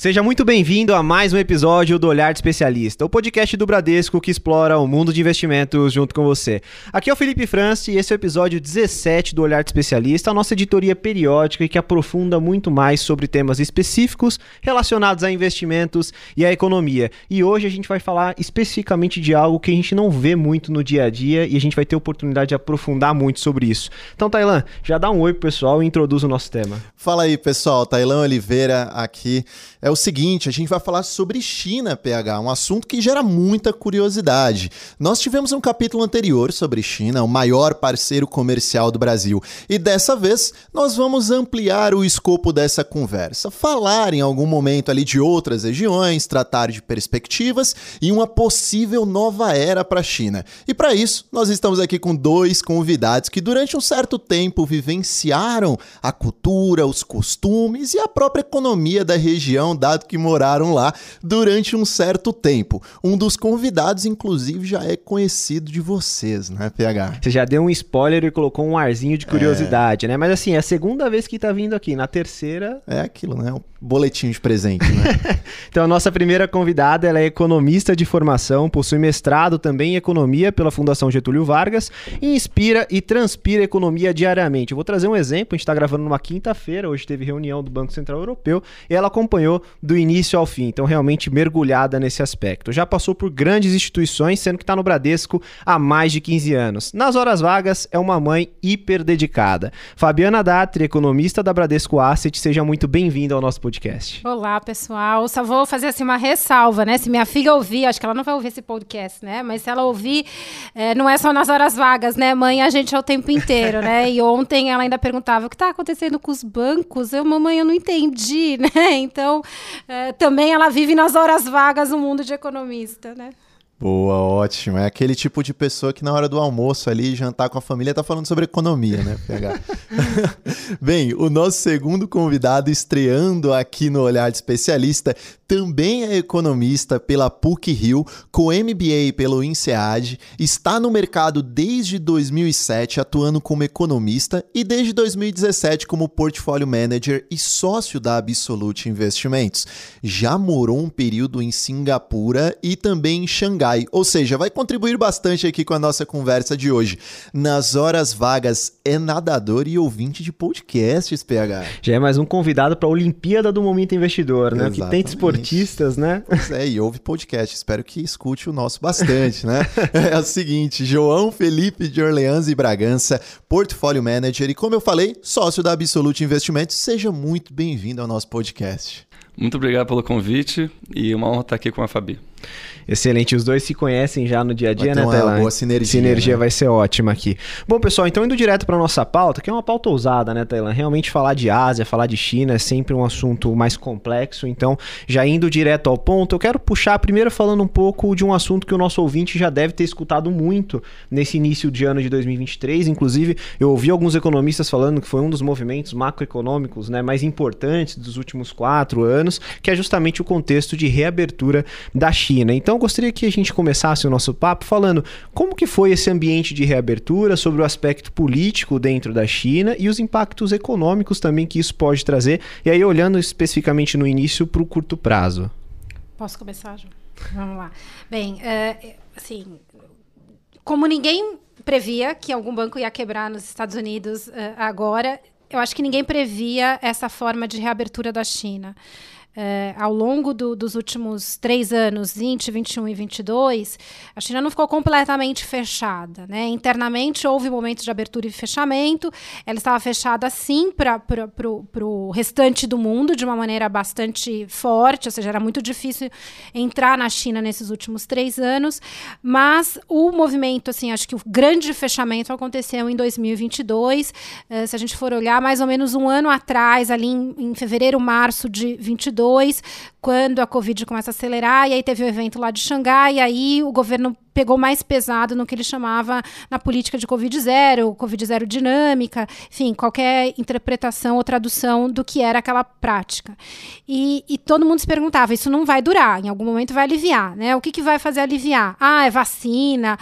Seja muito bem-vindo a mais um episódio do Olhar de Especialista, o podcast do Bradesco que explora o mundo de investimentos junto com você. Aqui é o Felipe França e esse é o episódio 17 do Olhar de Especialista, a nossa editoria periódica e que aprofunda muito mais sobre temas específicos relacionados a investimentos e a economia. E hoje a gente vai falar especificamente de algo que a gente não vê muito no dia a dia e a gente vai ter oportunidade de aprofundar muito sobre isso. Então, Tailan, já dá um oi pro pessoal e introduz o nosso tema. Fala aí, pessoal. Tailan Oliveira aqui. É o seguinte, a gente vai falar sobre China, PH, um assunto que gera muita curiosidade. Nós tivemos um capítulo anterior sobre China, o maior parceiro comercial do Brasil. E dessa vez, nós vamos ampliar o escopo dessa conversa. Falar em algum momento ali de outras regiões, tratar de perspectivas e uma possível nova era para a China. E para isso, nós estamos aqui com dois convidados que durante um certo tempo vivenciaram a cultura, os costumes e a própria economia da região, dado que moraram lá durante um certo tempo. Um dos convidados, inclusive, já é conhecido de vocês, né, PH? Você já deu um spoiler e colocou um arzinho de curiosidade, né? Mas assim, é a segunda vez que tá vindo aqui. Na terceira... É aquilo, né? O boletim de presente, né? Então, a nossa primeira convidada, ela é economista de formação, possui mestrado também em economia pela Fundação Getúlio Vargas e inspira e transpira economia diariamente. Eu vou trazer um exemplo, a gente está gravando numa quinta-feira, hoje teve reunião do Banco Central Europeu e ela acompanhou do início ao fim, então realmente mergulhada nesse aspecto. Já passou por grandes instituições, sendo que está no Bradesco há mais de 15 anos. Nas horas vagas, é uma mãe hiper dedicada. Fabiana Datri, economista da Bradesco Asset, seja muito bem-vinda ao nosso podcast. Olá, pessoal. Só vou fazer assim uma ressalva, né? Se minha filha ouvir, acho que ela não vai ouvir esse podcast, né? Mas se ela ouvir, não é só nas horas vagas, né? Mãe, a gente é o tempo inteiro, né? E ontem ela ainda perguntava o que está acontecendo com os bancos. Mamãe, eu não entendi, né? Então, também ela vive nas horas vagas o mundo de economista, né? Boa, ótimo. É aquele tipo de pessoa que na hora do almoço ali, jantar com a família, tá falando sobre economia, né, PH? Bem, o nosso segundo convidado estreando aqui no Olhar de Especialista também é economista pela PUC-Rio, com MBA pelo INSEAD, está no mercado desde 2007 atuando como economista e desde 2017 como portfólio manager e sócio da Absolute Investimentos. Já morou um período em Singapura e também em Xangai, ou seja, vai contribuir bastante aqui com a nossa conversa de hoje. Nas horas vagas é nadador e ouvinte de podcasts, PH. Já é mais um convidado para a Olimpíada do Momento Investidor, né? Exatamente. Que tem esportistas, né? Pois é, e ouve podcast. Espero que escute o nosso bastante, né? É o seguinte, João Felipe de Orleans e Bragança, portfólio manager e, como eu falei, sócio da Absolute Investimentos. Seja muito bem-vindo ao nosso podcast. Muito obrigado pelo convite e uma honra estar aqui com a Fabi. Excelente, os dois se conhecem já no dia a dia, vai ter né, Tailan? Uma boa sinergia. Sinergia, né? Vai ser ótima aqui. Bom, pessoal, então indo direto para nossa pauta, que é uma pauta ousada, né, Tailan? Realmente falar de Ásia, falar de China é sempre um assunto mais complexo, então já indo direto ao ponto, eu quero puxar primeiro falando um pouco de um assunto que o nosso ouvinte já deve ter escutado muito nesse início de ano de 2023, inclusive eu ouvi alguns economistas falando que foi um dos movimentos macroeconômicos, né, mais importantes dos últimos 4 anos, que é justamente o contexto de reabertura da China. Então eu gostaria que a gente começasse o nosso papo falando como que foi esse ambiente de reabertura, sobre o aspecto político dentro da China e os impactos econômicos também que isso pode trazer, e aí olhando especificamente no início para o curto prazo. Posso começar, João? Vamos lá. Bem, assim, como ninguém previa que algum banco ia quebrar nos Estados Unidos agora, eu acho que ninguém previa essa forma de reabertura da China. Ao longo dos últimos 3 anos, 20, 21 e 22, a China não ficou completamente fechada, né? Internamente houve momentos de abertura e fechamento, ela estava fechada sim para o restante do mundo de uma maneira bastante forte, ou seja, era muito difícil entrar na China nesses últimos 3 anos, mas o movimento, assim, acho que o grande fechamento aconteceu em 2022, se a gente for olhar mais ou menos um ano atrás, ali em fevereiro, março de 22, quando a Covid começa a acelerar, e aí teve o evento lá de Xangai, e aí o governo pegou mais pesado no que ele chamava na política de Covid-0, Covid-0 dinâmica, enfim, qualquer interpretação ou tradução do que era aquela prática. E todo mundo se perguntava, isso não vai durar, em algum momento vai aliviar, né? O que vai fazer aliviar? É vacina,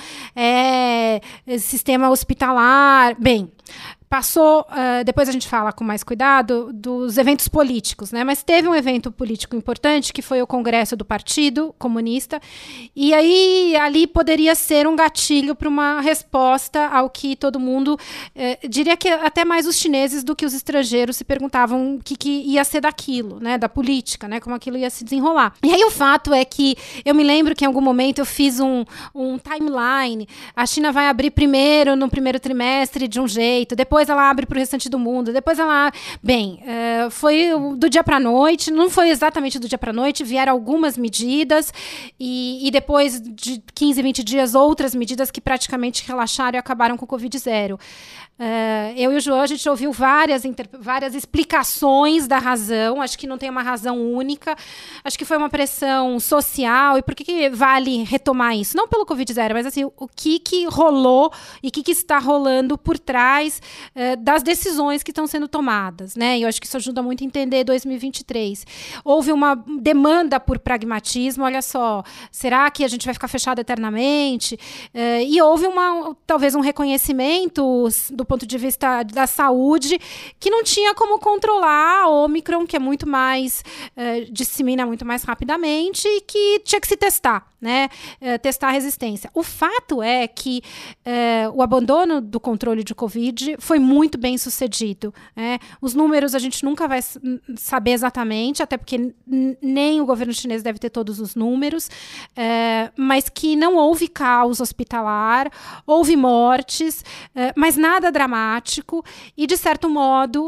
é sistema hospitalar, bem... Passou, depois a gente fala com mais cuidado, dos eventos políticos, né? Mas teve um evento político importante, que foi o Congresso do Partido Comunista, e aí ali poderia ser um gatilho para uma resposta ao que todo mundo, diria que até mais os chineses do que os estrangeiros, se perguntavam o que ia ser daquilo, né? Da política, né? Como aquilo ia se desenrolar. E aí o fato é que, eu me lembro que em algum momento eu fiz um timeline, a China vai abrir primeiro, no primeiro trimestre, de um jeito, depois ela abre para o restante do mundo, depois ela... Bem, foi do dia para a noite, não foi exatamente do dia para a noite, vieram algumas medidas e depois de 15, 20 dias, outras medidas que praticamente relaxaram e acabaram com o Covid-0. Eu e o João, a gente ouviu várias explicações da razão, acho que não tem uma razão única, acho que foi uma pressão social, e por que vale retomar isso? Não pelo Covid-0, mas assim, o que rolou e o que está rolando por trás das decisões que estão sendo tomadas, né? E eu acho que isso ajuda muito a entender 2023. Houve uma demanda por pragmatismo, olha só, será que a gente vai ficar fechado eternamente? E houve talvez um reconhecimento do ponto de vista da saúde, que não tinha como controlar a Ômicron, que é muito mais, dissemina muito mais rapidamente, e que tinha que se testar, né? Testar a resistência. O fato é que o abandono do controle de Covid foi muito bem sucedido, né? Os números a gente nunca vai saber exatamente, até porque nem o governo chinês deve ter todos os números, mas que não houve caos hospitalar, houve mortes, mas nada dramático, e de certo modo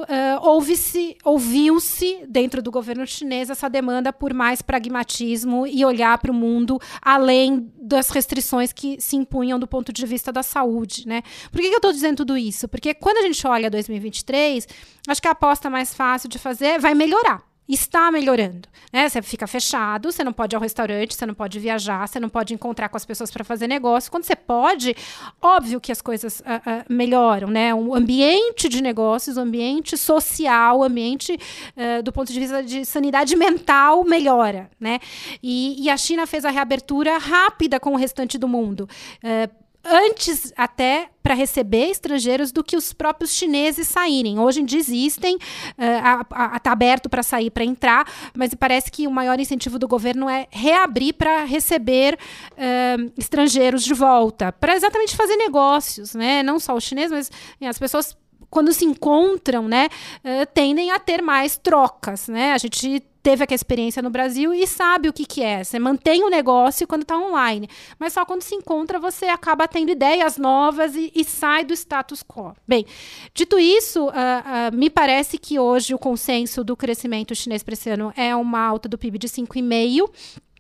ouviu-se dentro do governo chinês essa demanda por mais pragmatismo e olhar para o mundo além das restrições que se impunham do ponto de vista da saúde, né? Por que eu estou dizendo tudo isso? Porque quando a gente olha 2023, acho que a aposta mais fácil de fazer vai melhorar. Está melhorando, né? Você fica fechado, você não pode ir ao restaurante, você não pode viajar, você não pode encontrar com as pessoas para fazer negócio. Quando você pode, óbvio que as coisas melhoram, né? O ambiente de negócios, o ambiente social, o ambiente do ponto de vista de sanidade mental melhora, né? E a China fez a reabertura rápida com o restante do mundo. Antes até para receber estrangeiros do que os próprios chineses saírem. Hoje em dia existem, está aberto para sair, para entrar, mas parece que o maior incentivo do governo é reabrir para receber estrangeiros de volta, para exatamente fazer negócios, né? Não só os chineses, mas as pessoas, quando se encontram, né, tendem a ter mais trocas, né? A gente teve aquela experiência no Brasil e sabe o que é. Você mantém o negócio quando está online, mas só quando se encontra você acaba tendo ideias novas e sai do status quo. Bem, dito isso, me parece que hoje o consenso do crescimento chinês para esse ano é uma alta do PIB de 5,5%,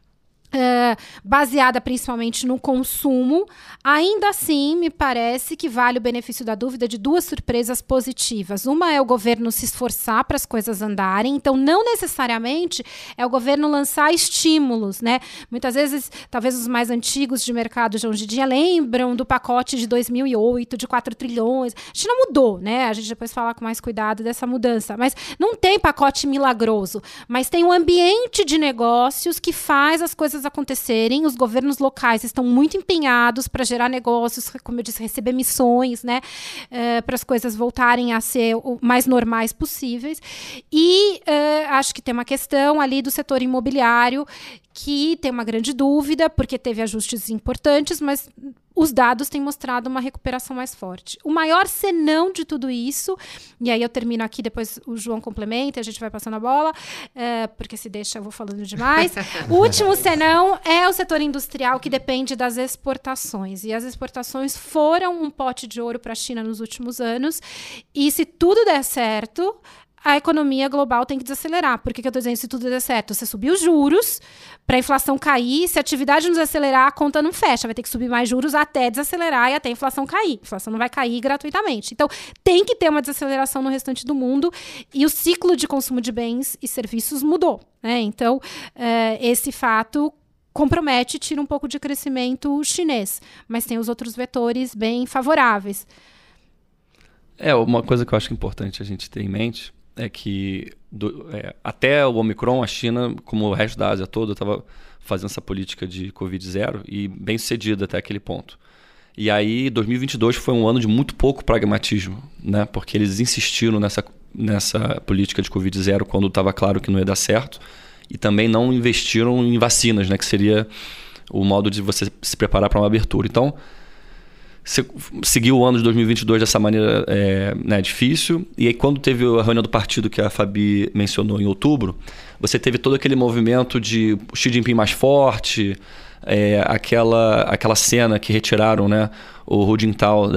baseada principalmente no consumo. Ainda assim, me parece que vale o benefício da dúvida de duas surpresas positivas. Uma é o governo se esforçar para as coisas andarem, então não necessariamente é o governo lançar estímulos, né? Muitas vezes, talvez os mais antigos de mercado de hoje em dia lembram do pacote de 2008, de 4 trilhões. A gente não mudou, né? A gente depois fala com mais cuidado dessa mudança, mas não tem pacote milagroso, mas tem um ambiente de negócios que faz as coisas acontecerem. Os governos locais estão muito empenhados para gerar negócios, como eu disse, receber missões, né, para as coisas voltarem a ser o mais normais possíveis. E acho que tem uma questão ali do setor imobiliário que tem uma grande dúvida, porque teve ajustes importantes, mas os dados têm mostrado uma recuperação mais forte. O maior senão de tudo isso, e aí eu termino aqui, depois o João complementa, a gente vai passando a bola, porque se deixa eu vou falando demais. O último senão é o setor industrial, que depende das exportações. E as exportações foram um pote de ouro para a China nos últimos anos, e se tudo der certo, a economia global tem que desacelerar. Por que eu estou dizendo se tudo der certo? Você subir os juros para a inflação cair, se a atividade não desacelerar, a conta não fecha. Vai ter que subir mais juros até desacelerar e até a inflação cair. A inflação não vai cair gratuitamente. Então, tem que ter uma desaceleração no restante do mundo e o ciclo de consumo de bens e serviços mudou, né? Então, esse fato compromete, tira um pouco de crescimento chinês. Mas tem os outros vetores bem favoráveis. Uma coisa que eu acho importante a gente ter em mente é que até o Omicron, a China, como o resto da Ásia toda, estava fazendo essa política de Covid-0 e bem sucedida até aquele ponto. E aí, 2022 foi um ano de muito pouco pragmatismo, né? Porque eles insistiram nessa política de Covid-0 quando estava claro que não ia dar certo, e também não investiram em vacinas, né? Que seria o modo de você se preparar para uma abertura. Então, você seguiu o ano de 2022 dessa maneira difícil, e aí quando teve a reunião do partido que a Fabi mencionou em outubro, você teve todo aquele movimento de Xi Jinping mais forte, aquela cena que retiraram, né, o Hu Jintao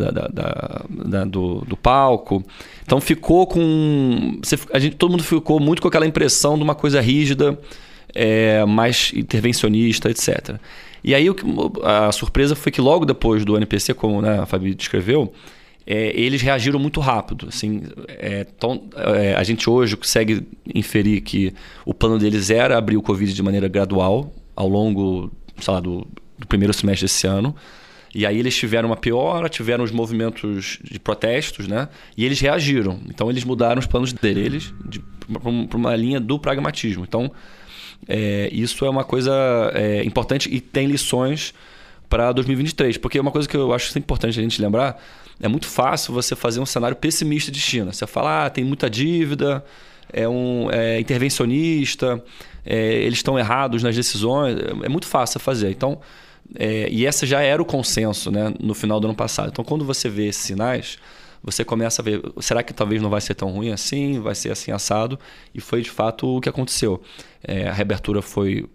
do palco. Então ficou com... todo mundo ficou muito com aquela impressão de uma coisa rígida, mais intervencionista, etc. E aí a surpresa foi que logo depois do NPC, como, né, a Fabi descreveu, eles reagiram muito rápido. Assim, a gente hoje consegue inferir que o plano deles era abrir o Covid de maneira gradual ao longo, sei lá, do primeiro semestre desse ano. E aí eles tiveram uma piora, tiveram os movimentos de protestos, né? E eles reagiram. Então eles mudaram os planos deles para uma linha do pragmatismo. Então isso é uma coisa importante e tem lições para 2023. Porque uma coisa que eu acho importante a gente lembrar, é muito fácil você fazer um cenário pessimista de China. Você fala, tem muita dívida, é intervencionista, eles estão errados nas decisões. É muito fácil fazer. Então, e essa já era o consenso, né, no final do ano passado. Então, quando você vê esses sinais, você começa a ver, será que talvez não vai ser tão ruim assim? Vai ser assim assado? E foi de fato o que aconteceu. A reabertura foi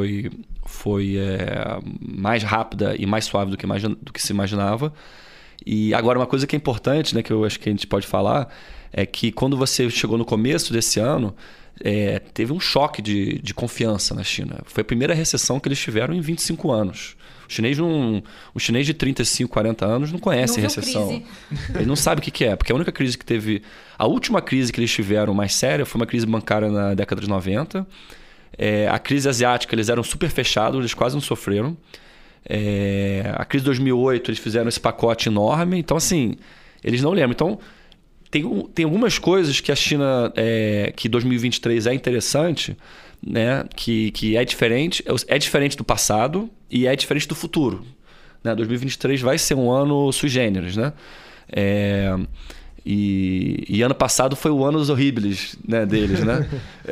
mais rápida e mais suave do que se imaginava. E agora uma coisa que é importante, né, que eu acho que a gente pode falar, é que quando você chegou no começo desse ano, teve um choque de confiança na China. Foi a primeira recessão que eles tiveram em 25 anos. O chinês de 35, 40 anos não conhece recessão. Ele não sabe o que é, porque a única crise que teve... A última crise que eles tiveram mais séria foi uma crise bancária na década de 90. A crise asiática, eles eram super fechados, eles quase não sofreram. A crise de 2008, eles fizeram esse pacote enorme. Então, assim, eles não lembram. Então, tem algumas coisas que a China, que 2023 é interessante, né, que é diferente do passado e é diferente do futuro, né? 2023 vai ser um ano sui generis, né? E ano passado foi o ano dos horríveis, né, deles, né?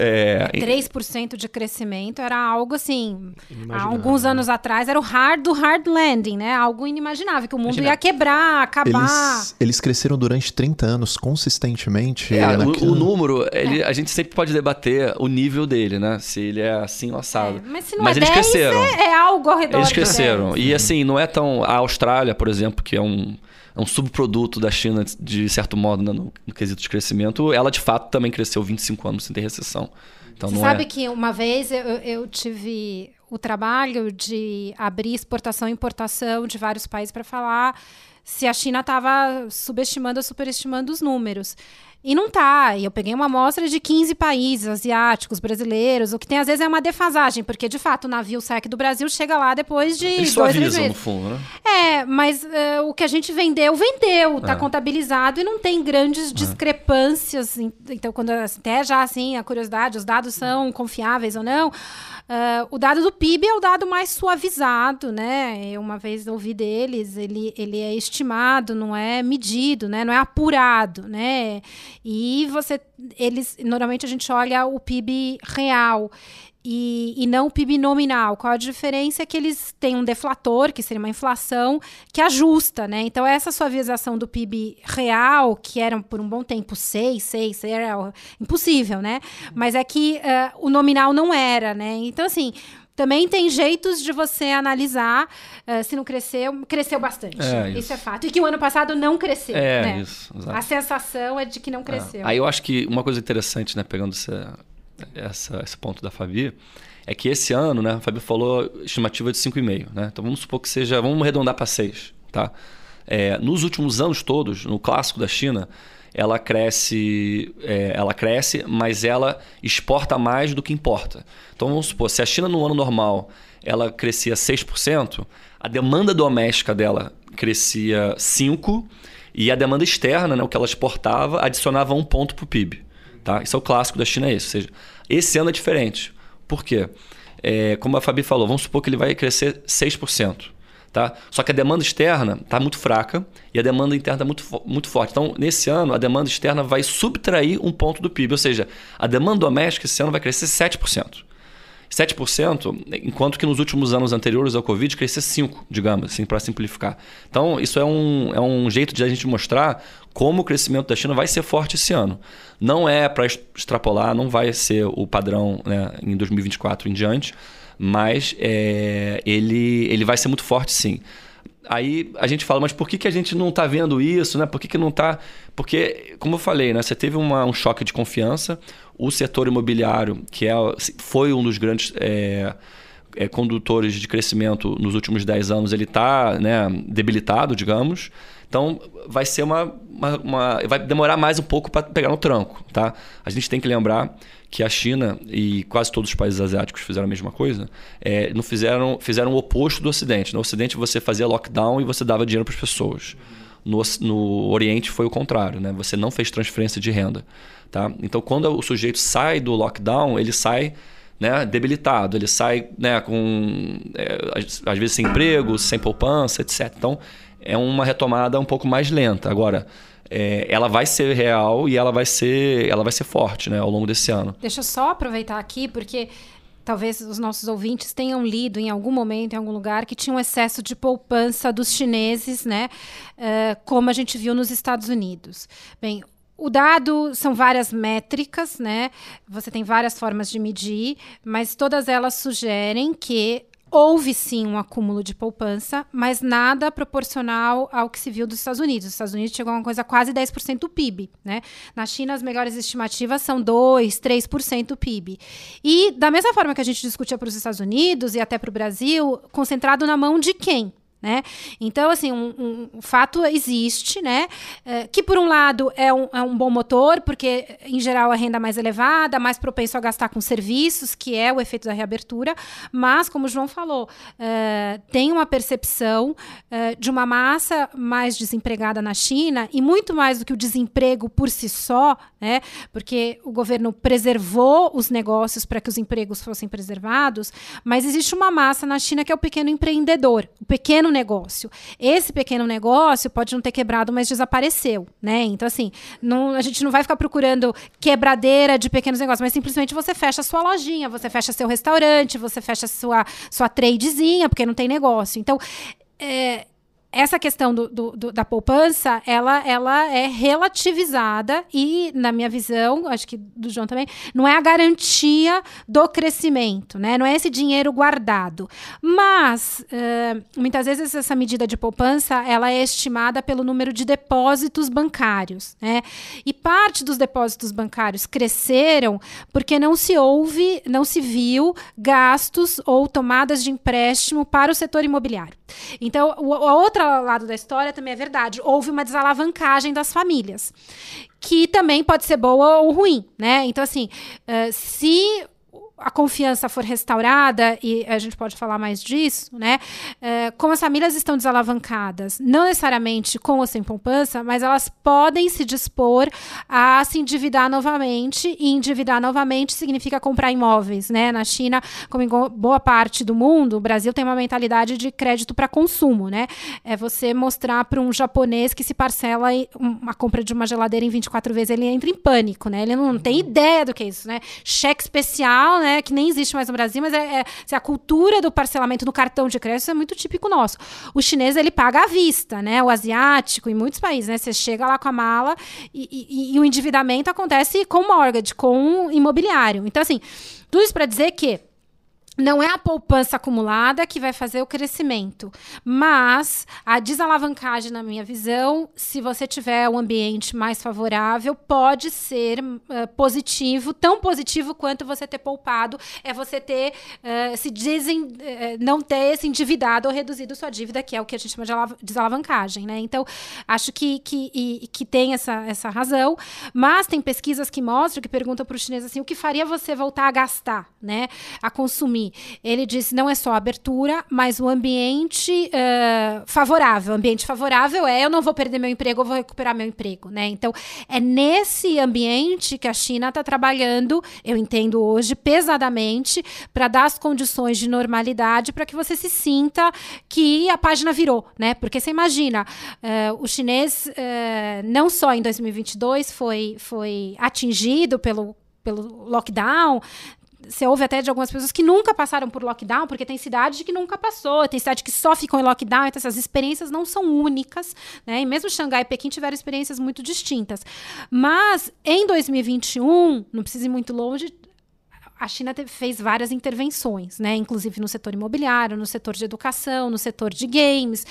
3% de crescimento era algo assim, há alguns anos atrás era o hard landing, né? Algo inimaginável, que o mundo ia quebrar, acabar. Eles cresceram durante 30 anos consistentemente. O número, a gente sempre pode debater o nível dele, né? Se ele é assim ou assado. Mas se não é eles 10, cresceram. É algo ao redor. Eles cresceram. De 10. E assim, não é tão... A Austrália, por exemplo, que é um subproduto da China, de certo modo, né, no quesito de crescimento, ela de fato também cresceu 25 anos sem ter recessão. Então, Você sabe que uma vez eu tive o trabalho de abrir exportação e importação de vários países para falar se a China estava subestimando ou superestimando os números. E não tá. E eu peguei uma amostra de 15 países asiáticos, brasileiros, o que tem às vezes é uma defasagem, porque de fato o navio SEC do Brasil chega lá depois de eles 2, 3 suavizam meses. no fundo, né? Mas o que a gente vendeu, tá contabilizado e não tem grandes discrepâncias. Então, quando até já assim, a curiosidade, os dados são confiáveis ou não, o dado do PIB é o dado mais suavizado, né? Eu uma vez ouvi deles, ele é estimado, não é medido, né? Não é apurado, né? E normalmente a gente olha o PIB real e não o PIB nominal. Qual a diferença? É que eles têm um deflator, que seria uma inflação, que ajusta, né? Então, essa suavização do PIB real, que era por um bom tempo 6, era impossível, né? Mas é que o nominal não era, né? Então, assim... Também tem jeitos de você analisar se não cresceu bastante. Isso é fato. E que o ano passado não cresceu. Né? Isso. Exato. A sensação é de que não cresceu. Aí eu acho que uma coisa interessante, né, pegando esse ponto da Fabi, é que esse ano, né, a Fabi falou estimativa de 5,5, né? Então vamos supor que vamos arredondar para 6, tá? Nos últimos anos todos, no clássico da China, ela cresce, mas ela exporta mais do que importa. Então, vamos supor, se a China no ano normal ela crescia 6%, a demanda doméstica dela crescia 5%, e a demanda externa, né, o que ela exportava, adicionava 1 ponto para o PIB. Tá? Isso é o clássico da China, é isso. Ou seja, esse ano é diferente. Por quê? Como a Fabi falou, vamos supor que ele vai crescer 6%. Tá? Só que a demanda externa está muito fraca e a demanda interna está muito forte. Então, nesse ano, a demanda externa vai subtrair 1 ponto do PIB. Ou seja, a demanda doméstica esse ano vai crescer 7%. 7%, enquanto que nos últimos anos anteriores ao Covid crescia 5%, digamos, assim, para simplificar. Então, isso é um jeito de a gente mostrar como o crescimento da China vai ser forte esse ano. Não é para extrapolar, não vai ser o padrão, né, em 2024 em diante, mas ele vai ser muito forte, sim. Aí a gente fala, mas por que a gente não está vendo isso? Né? Por que não está... Porque, como eu falei, né, você teve um choque de confiança. O setor imobiliário, que foi um dos grandes condutores de crescimento nos últimos 10 anos, ele está, né, debilitado, digamos. Então, vai ser vai demorar mais um pouco para pegar no tranco. Tá? A gente tem que lembrar que a China e quase todos os países asiáticos fizeram a mesma coisa, não fizeram o oposto do Ocidente. No Ocidente, você fazia lockdown e você dava dinheiro para as pessoas. No Oriente foi o contrário, né? Você não fez transferência de renda. Tá? Então, quando o sujeito sai do lockdown, ele sai, né, debilitado, ele sai, né, com às vezes sem emprego, sem poupança, etc. Então, é uma retomada um pouco mais lenta. Agora, ela vai ser real e ela vai ser forte, né, ao longo desse ano. Deixa eu só aproveitar aqui, porque talvez os nossos ouvintes tenham lido em algum momento, em algum lugar, que tinha um excesso de poupança dos chineses, né, como a gente viu nos Estados Unidos. Bem, o dado são várias métricas, né? Você tem várias formas de medir, mas todas elas sugerem que houve sim um acúmulo de poupança, mas nada proporcional ao que se viu dos Estados Unidos. Os Estados Unidos chegou a uma coisa quase 10% do PIB, né? Na China, as melhores estimativas são 2%, 3% do PIB. E da mesma forma que a gente discutia para os Estados Unidos e até para o Brasil, concentrado na mão de quem? Né? Então, assim, um fato existe, né? Que por um lado é um bom motor, porque em geral a renda mais elevada, mais propenso a gastar com serviços, que é o efeito da reabertura, mas, como o João falou, tem uma percepção de uma massa mais desempregada na China, e muito mais do que o desemprego por si só, né? Porque o governo preservou os negócios para que os empregos fossem preservados, mas existe uma massa na China que é o pequeno empreendedor, o pequeno negócio. Esse pequeno negócio pode não ter quebrado, mas desapareceu, né? Então, assim, a gente não vai ficar procurando quebradeira de pequenos negócios, mas simplesmente você fecha a sua lojinha, você fecha seu restaurante, você fecha a sua tradezinha, porque não tem negócio. Então, essa questão da poupança, ela é relativizada e, na minha visão, acho que do João também, não é a garantia do crescimento, né? Não é esse dinheiro guardado. Mas, muitas vezes, essa medida de poupança, ela é estimada pelo número de depósitos bancários, né? E parte dos depósitos bancários cresceram porque não se viu gastos ou tomadas de empréstimo para o setor imobiliário. Então, a outra lado da história também é verdade. Houve uma desalavancagem das famílias, que também pode ser boa ou ruim, né? Então, assim, se a confiança for restaurada, e a gente pode falar mais disso, né? Como as famílias estão desalavancadas, não necessariamente com ou sem poupança, mas elas podem se dispor a se endividar novamente, e endividar novamente significa comprar imóveis, né? Na China, como em boa parte do mundo, o Brasil tem uma mentalidade de crédito para consumo, né? É você mostrar para um japonês que se parcela uma compra de uma geladeira em 24 vezes, ele entra em pânico, né? Ele não tem ideia do que é isso, né? Cheque especial, né? Que nem existe mais no Brasil, mas a cultura do parcelamento no cartão de crédito é muito típico nosso. O chinês, ele paga à vista, né? O asiático, em muitos países, né? Você chega lá com a mala e o endividamento acontece com mortgage, com imobiliário. Então, assim, tudo isso para dizer que não é a poupança acumulada que vai fazer o crescimento, mas a desalavancagem, na minha visão, se você tiver um ambiente mais favorável, pode ser positivo, tão positivo quanto você ter poupado, é você ter não ter se endividado ou reduzido sua dívida, que é o que a gente chama de desalavancagem, né? Então, acho que tem essa razão, mas tem pesquisas que mostram, que perguntam para o chinês assim, o que faria você voltar a gastar, né? A consumir. Ele disse, não é só a abertura, mas o ambiente favorável. O ambiente favorável eu não vou perder meu emprego, eu vou recuperar meu emprego, né? Então, é nesse ambiente que a China está trabalhando, eu entendo hoje, pesadamente, para dar as condições de normalidade para que você se sinta que a página virou, né? Porque você imagina, o chinês, não só em 2022 foi atingido pelo lockdown. Você ouve até de algumas pessoas que nunca passaram por lockdown, porque tem cidade que nunca passou, tem cidade que só ficam em lockdown, então essas experiências não são únicas, né? E mesmo Xangai e Pequim tiveram experiências muito distintas. Mas, em 2021, não precisa ir muito longe, a China fez várias intervenções, né? Inclusive no setor imobiliário, no setor de educação, no setor de games,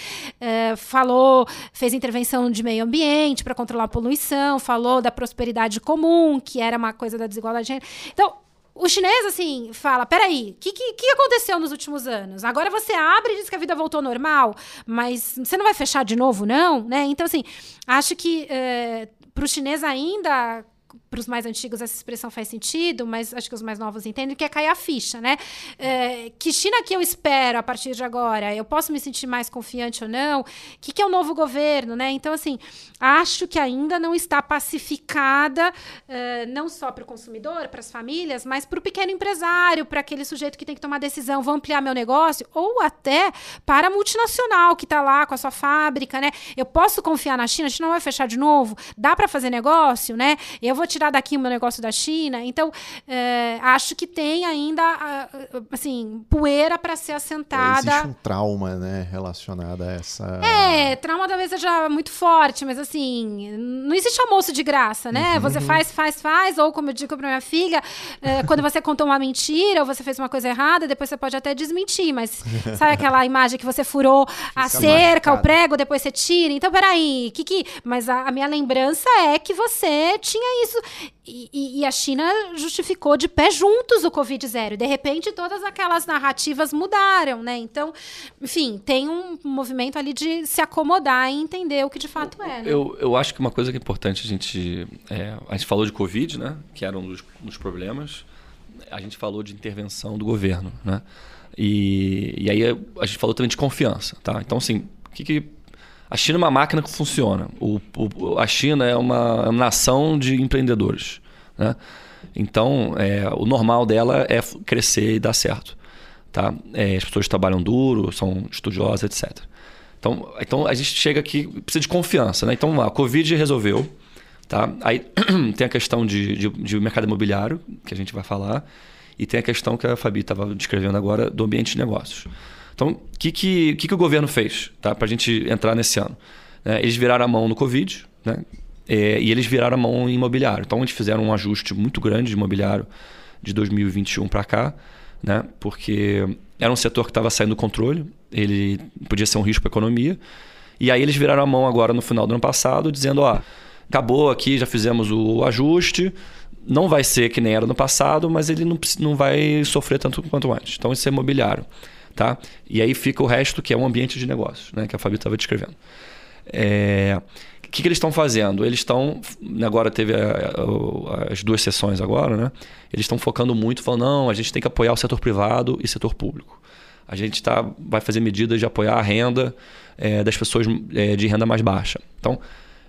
fez intervenção de meio ambiente para controlar a poluição, falou da prosperidade comum, que era uma coisa da desigualdade de gênero. Então, o chinês, assim, fala, peraí, o que aconteceu nos últimos anos? Agora você abre e diz que a vida voltou ao normal, mas você não vai fechar de novo, não? Né? Então, assim, acho que para o chinês ainda... Para os mais antigos essa expressão faz sentido, mas acho que os mais novos entendem que é cair a ficha, né? Que China que eu espero a partir de agora? Eu posso me sentir mais confiante ou não? O que é o novo governo, né? Então, assim, acho que ainda não está pacificada, não só para o consumidor, para as famílias, mas para o pequeno empresário, para aquele sujeito que tem que tomar decisão, vou ampliar meu negócio, ou até para a multinacional que está lá com a sua fábrica, né? Eu posso confiar na China? A China não vai fechar de novo? Dá para fazer negócio, né? Eu vou tirar daqui o meu negócio da China. Então, acho que tem ainda, assim, poeira para ser assentada. Existe um trauma, né, relacionado a essa... Trauma talvez seja muito forte, mas assim, não existe almoço de graça, né? Uhum. Você faz, ou como eu digo para minha filha, quando você contou uma mentira ou você fez uma coisa errada, depois você pode até desmentir, mas sabe aquela imagem que você furou a cerca, o prego, depois você tira? Então, peraí, mas a minha lembrança é que você tinha isso. E a China justificou de pé juntos o Covid-0. De repente, todas aquelas narrativas mudaram, né? Então, enfim, tem um movimento ali de se acomodar e entender o que de fato é. Né? Eu acho que uma coisa que é importante, a gente falou de Covid, né? Que era um dos problemas. A gente falou de intervenção do governo, né? E aí a gente falou também de confiança, tá? Então, assim, a China é uma máquina que funciona. A China é uma nação de empreendedores, né? Então, o normal dela é crescer e dar certo. Tá? As pessoas trabalham duro, são estudiosas, etc. Então a gente chega aqui, precisa de confiança. Né? Então, a Covid resolveu. Tá? Aí tem a questão de mercado imobiliário, que a gente vai falar, e tem a questão que a Fabi estava descrevendo agora do ambiente de negócios. Então, o que o governo fez, tá? Para a gente entrar nesse ano? Eles viraram a mão no Covid, né? E eles viraram a mão em imobiliário. Então, eles fizeram um ajuste muito grande de imobiliário de 2021 para cá, né? Porque era um setor que estava saindo do controle, ele podia ser um risco para a economia. E aí eles viraram a mão agora no final do ano passado, dizendo, acabou aqui, já fizemos o ajuste, não vai ser que nem era no passado, mas ele não vai sofrer tanto quanto antes. Então, isso é imobiliário. Tá? E aí fica o resto, que é um ambiente de negócios, né? Que a Fabi estava descrevendo. O que eles estão fazendo? Eles estão... Agora teve as 2 sessões agora, né? Eles estão focando muito, falando, não, a gente tem que apoiar o setor privado e setor público. A gente vai fazer medidas de apoiar a renda das pessoas de renda mais baixa. Então,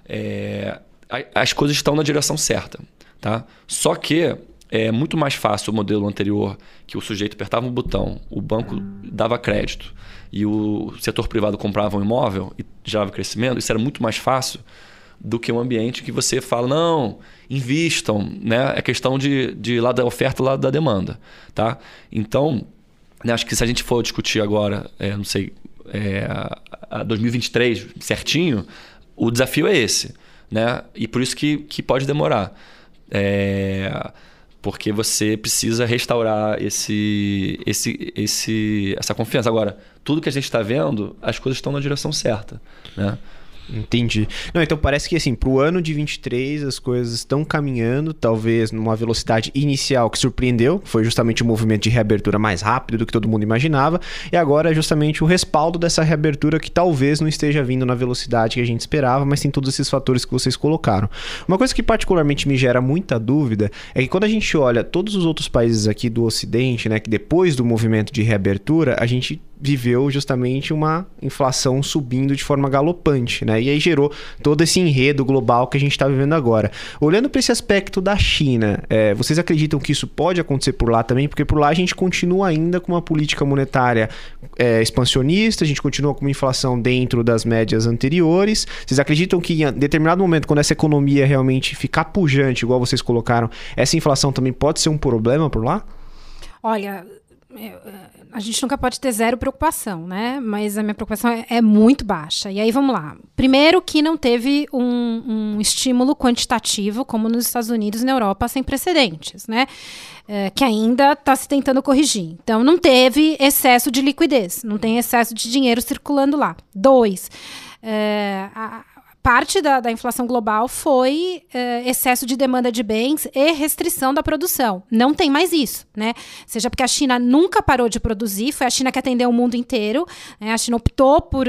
as coisas estão na direção certa. Tá? Só que é muito mais fácil o modelo anterior, que o sujeito apertava um botão, o banco dava crédito e o setor privado comprava um imóvel e gerava crescimento. Isso era muito mais fácil do que um ambiente que você fala, não, invistam, né? É questão de lado da oferta e lado da demanda. Tá? Então, acho que se a gente for discutir agora, não sei, a 2023 certinho, o desafio é esse. Né? E por isso que pode demorar. Porque você precisa restaurar essa confiança. Agora, tudo que a gente está vendo, as coisas estão na direção certa, né? Entendi. Não, então parece que assim, pro ano de 23 as coisas estão caminhando, talvez numa velocidade inicial que surpreendeu, foi justamente o movimento de reabertura mais rápido do que todo mundo imaginava, e agora é justamente o respaldo dessa reabertura que talvez não esteja vindo na velocidade que a gente esperava, mas tem todos esses fatores que vocês colocaram. Uma coisa que particularmente me gera muita dúvida é que quando a gente olha todos os outros países aqui do Ocidente, né, que depois do movimento de reabertura, a gente viveu justamente uma inflação subindo de forma galopante, né? E aí gerou todo esse enredo global que a gente está vivendo agora. Olhando para esse aspecto da China, vocês acreditam que isso pode acontecer por lá também? Porque por lá a gente continua ainda com uma política monetária expansionista, a gente continua com uma inflação dentro das médias anteriores. Vocês acreditam que em determinado momento, quando essa economia realmente ficar pujante, igual vocês colocaram, essa inflação também pode ser um problema por lá? Olha, a gente nunca pode ter zero preocupação, né? Mas a minha preocupação é muito baixa. E aí, vamos lá. Primeiro que não teve um estímulo quantitativo, como nos Estados Unidos e na Europa, sem precedentes, né? Que ainda está se tentando corrigir. Então, não teve excesso de liquidez, não tem excesso de dinheiro circulando lá. 2, parte da inflação global foi excesso de demanda de bens e restrição da produção. Não tem mais isso, né? Seja porque a China nunca parou de produzir, foi a China que atendeu o mundo inteiro, né? A China optou por...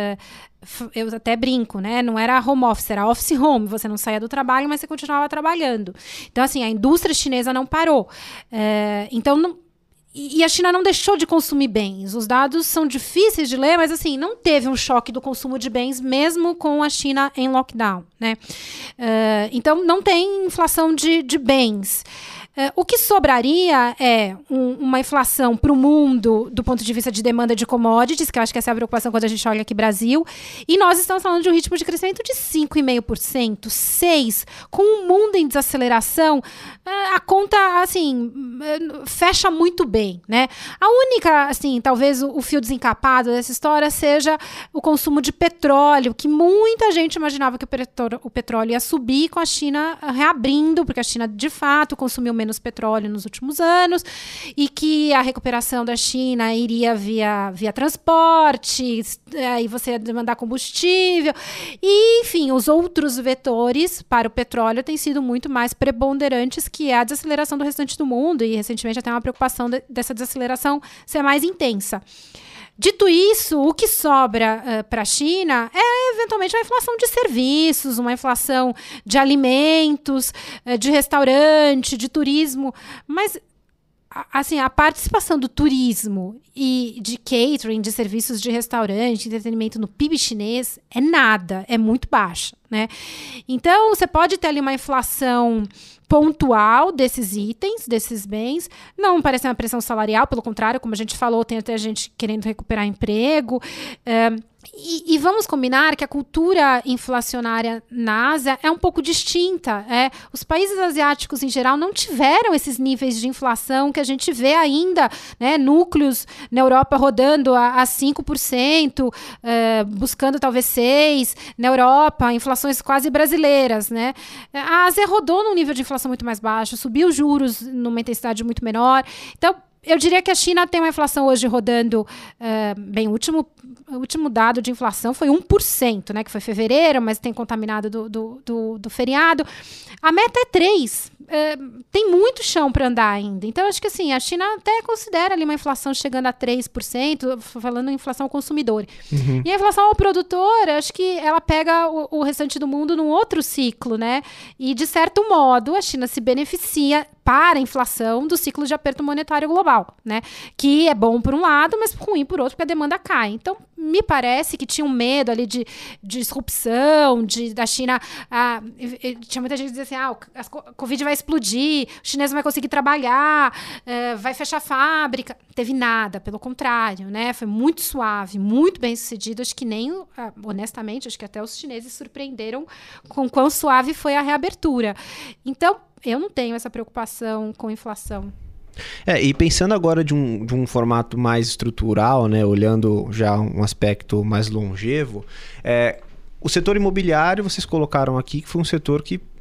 eu até brinco, né? Não era home office, era office home. Você não saía do trabalho, mas você continuava trabalhando. Então, assim, a indústria chinesa não parou. Então, e a China não deixou de consumir bens. Os dados são difíceis de ler, mas assim, não teve um choque do consumo de bens, mesmo com a China em lockdown, né? Então, não tem inflação de bens. O que sobraria é uma inflação para o mundo do ponto de vista de demanda de commodities, que eu acho que essa é a preocupação quando a gente olha aqui Brasil, e nós estamos falando de um ritmo de crescimento de 5,5%, 6%, com o mundo em desaceleração, a conta, assim, fecha muito bem, né? A única, assim, talvez o fio desencapado dessa história seja o consumo de petróleo, que muita gente imaginava que o petróleo ia subir com a China reabrindo, porque a China, de fato, consumiu menos petróleo nos últimos anos, e que a recuperação da China iria via transporte, aí você ia demandar combustível, e, enfim, os outros vetores para o petróleo têm sido muito mais preponderantes, que é a desaceleração do restante do mundo, e recentemente até uma preocupação dessa desaceleração ser mais intensa. Dito isso, o que sobra para a China é, eventualmente, uma inflação de serviços, uma inflação de alimentos, de restaurante, de turismo. Mas, assim, a participação do turismo e de catering, de serviços de restaurante, entretenimento no PIB chinês é nada, é muito baixa, né? Então, você pode ter ali uma inflação pontual desses itens, desses bens. Não parece uma pressão salarial, pelo contrário, como a gente falou, tem até gente querendo recuperar emprego. E vamos combinar que a cultura inflacionária na Ásia é um pouco distinta. Os países asiáticos, em geral, não tiveram esses níveis de inflação que a gente vê ainda, né, núcleos na Europa rodando a 5%, buscando talvez 6%, na Europa, inflações quase brasileiras, né? A Ásia rodou num nível de inflação muito mais baixo, subiu os juros numa intensidade muito menor. Então, eu diria que a China tem uma inflação hoje rodando, bem, o último dado de inflação foi 1%, né, que foi fevereiro, mas tem contaminado do feriado. A meta é 3%. Tem muito chão para andar ainda. Então, acho que assim, a China até considera ali uma inflação chegando a 3%, falando em inflação ao consumidor. Uhum. E a inflação ao produtor, acho que ela pega o restante do mundo num outro ciclo, né? E, de certo modo, a China se beneficia para a inflação do ciclo de aperto monetário global, né? Que é bom por um lado, mas ruim por outro, porque a demanda cai. Então, me parece que tinha um medo ali de disrupção, da China... tinha muita gente que dizia assim, a Covid vai explodir, o chinês não vai conseguir trabalhar, vai fechar a fábrica. Não teve nada, pelo contrário, né? Foi muito suave, muito bem sucedido. Acho que nem, honestamente, acho que até os chineses surpreenderam com quão suave foi a reabertura. Então, eu não tenho essa preocupação com inflação. E pensando agora de um formato mais estrutural, né, olhando já um aspecto mais longevo, o setor imobiliário, vocês colocaram aqui, que foi um setor que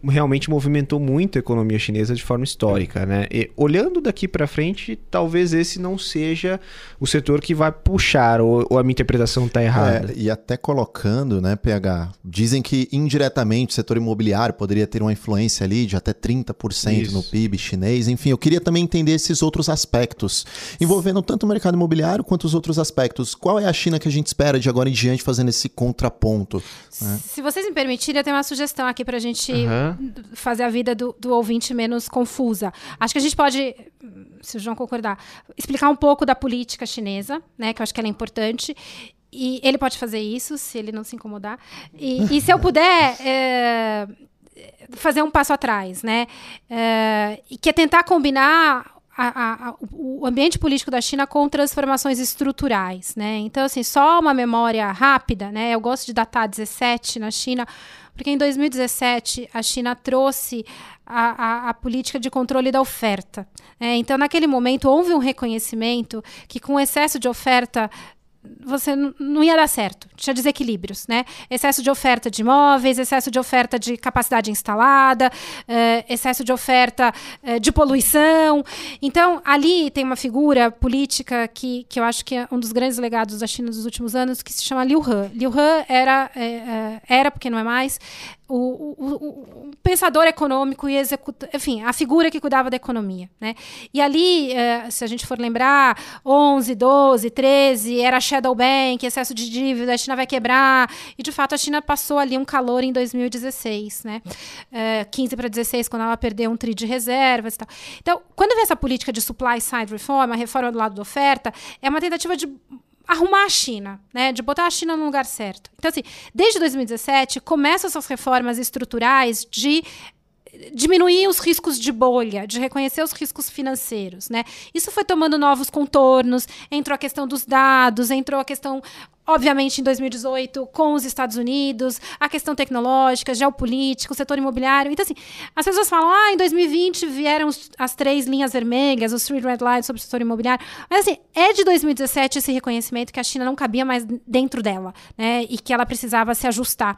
realmente movimentou muito a economia chinesa de forma histórica, né? E olhando daqui para frente, talvez esse não seja o setor que vai puxar, ou a minha interpretação está errada. E até colocando, né, PH, dizem que indiretamente o setor imobiliário poderia ter uma influência ali de até 30% no PIB chinês. Enfim, eu queria também entender esses outros aspectos, envolvendo tanto o mercado imobiliário quanto os outros aspectos. Qual é a China que a gente espera de agora em diante fazendo esse contraponto? Né? Se vocês me permitirem, eu tenho uma sugestão aqui para a gente fazer a vida do ouvinte menos confusa. Acho que a gente pode, se o João concordar, explicar um pouco da política chinesa, né, que eu acho que ela é importante. E ele pode fazer isso, se ele não se incomodar. E se eu puder fazer um passo atrás, né? E que é tentar combinar o ambiente político da China com transformações estruturais, né? Então, assim, só uma memória rápida, né? Eu gosto de datar 17 na China, porque em 2017 a China trouxe a política de controle da oferta. Então, naquele momento, houve um reconhecimento que com excesso de oferta você não ia dar certo, tinha desequilíbrios, né? Excesso de oferta de imóveis, excesso de oferta de capacidade instalada, excesso de oferta de poluição. Então, ali tem uma figura política que eu acho que é um dos grandes legados da China dos últimos anos, que se chama Liu He. Liu He era, porque não é mais, o pensador econômico e enfim, a figura que cuidava da economia, né? E ali, se a gente for lembrar, 11, 12, 13, era shadow bank, excesso de dívida, a China vai quebrar, e de fato a China passou ali um calor em 2016, né? 15 para 16, quando ela perdeu 1 tri de reservas e tal. Então, quando vem essa política de supply side reform, a reforma do lado da oferta, é uma tentativa de arrumar a China, né, de botar a China no lugar certo. Então, assim, desde 2017, começam essas reformas estruturais de diminuir os riscos de bolha, de reconhecer os riscos financeiros, né? Isso foi tomando novos contornos, entrou a questão dos dados, entrou a questão, obviamente, em 2018, com os Estados Unidos, a questão tecnológica, geopolítica, o setor imobiliário. Então, assim, as pessoas falam, em 2020 vieram as 3 linhas vermelhas, os 3 red lines sobre o setor imobiliário. Mas, assim, é de 2017 esse reconhecimento que a China não cabia mais dentro dela, né? E que ela precisava se ajustar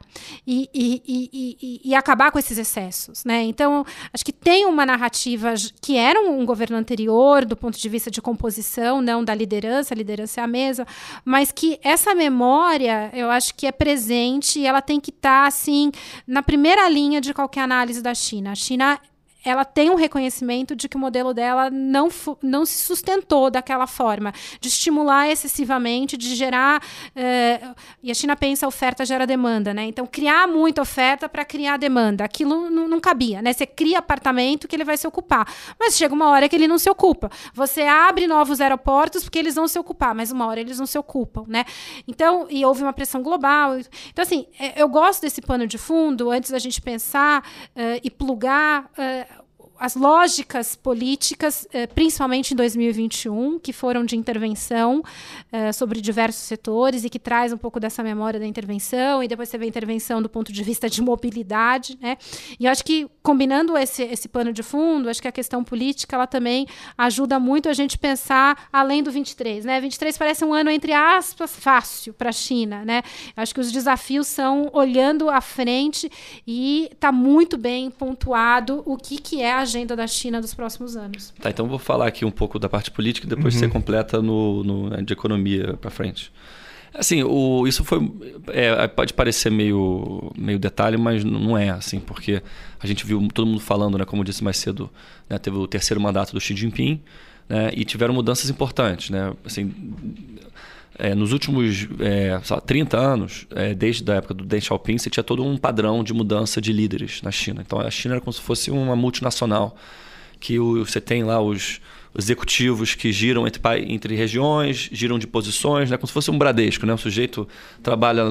e acabar com esses excessos, né? Então, acho que tem uma narrativa que era um governo anterior, do ponto de vista de composição, não da liderança, a liderança é a mesma, mas que essa memória, eu acho que é presente e ela tem que estar, assim, na primeira linha de qualquer análise da China. A China, ela tem um reconhecimento de que o modelo dela não se sustentou daquela forma, de estimular excessivamente, de gerar... e a China pensa, oferta gera demanda, né? Então, criar muita oferta para criar demanda. Aquilo não cabia, né? Você cria apartamento que ele vai se ocupar, mas chega uma hora que ele não se ocupa. Você abre novos aeroportos porque eles vão se ocupar, mas uma hora eles não se ocupam, né? Então, e houve uma pressão global. Então, assim, eu gosto desse pano de fundo, antes da gente pensar e plugar... as lógicas políticas, principalmente em 2021, que foram de intervenção sobre diversos setores e que traz um pouco dessa memória da intervenção, e depois você vê a intervenção do ponto de vista de mobilidade, né? E eu acho que, combinando esse pano de fundo, acho que a questão política ela também ajuda muito a gente pensar além do 23, né? 23 parece um ano, entre aspas, fácil para a China, né? Eu acho que os desafios são olhando à frente e está muito bem pontuado o que é a agenda da China dos próximos anos. Tá, então vou falar aqui um pouco da parte política e depois você completa de economia para frente. Assim, isso foi... pode parecer meio detalhe, mas não é assim, porque a gente viu todo mundo falando, né, como eu disse mais cedo, né, teve o 3º mandato do Xi Jinping, né, e tiveram mudanças importantes, né, assim... nos últimos 30 anos, desde a época do Deng Xiaoping, você tinha todo um padrão de mudança de líderes na China. Então, a China era como se fosse uma multinacional, que você tem lá os executivos que giram entre regiões, giram de posições, né? Como se fosse um Bradesco, né? O sujeito trabalha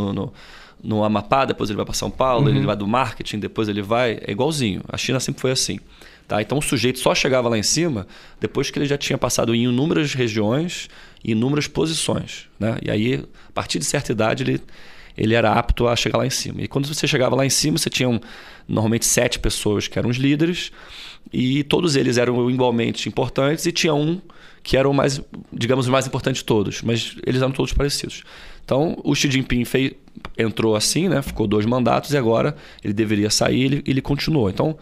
no Amapá, depois ele vai para São Paulo, ele vai do marketing, depois ele vai... É igualzinho. A China sempre foi assim. Tá? Então, o sujeito só chegava lá em cima depois que ele já tinha passado em inúmeras regiões e inúmeras posições, né? E aí, a partir de certa idade, ele era apto a chegar lá em cima. E quando você chegava lá em cima, você tinha normalmente 7 pessoas que eram os líderes, e todos eles eram igualmente importantes, e tinha um que era o mais, digamos, o mais importante de todos, mas eles eram todos parecidos. Então, o Xi Jinping entrou assim, né? Ficou 2 mandatos, e agora ele deveria sair, ele continuou. Então,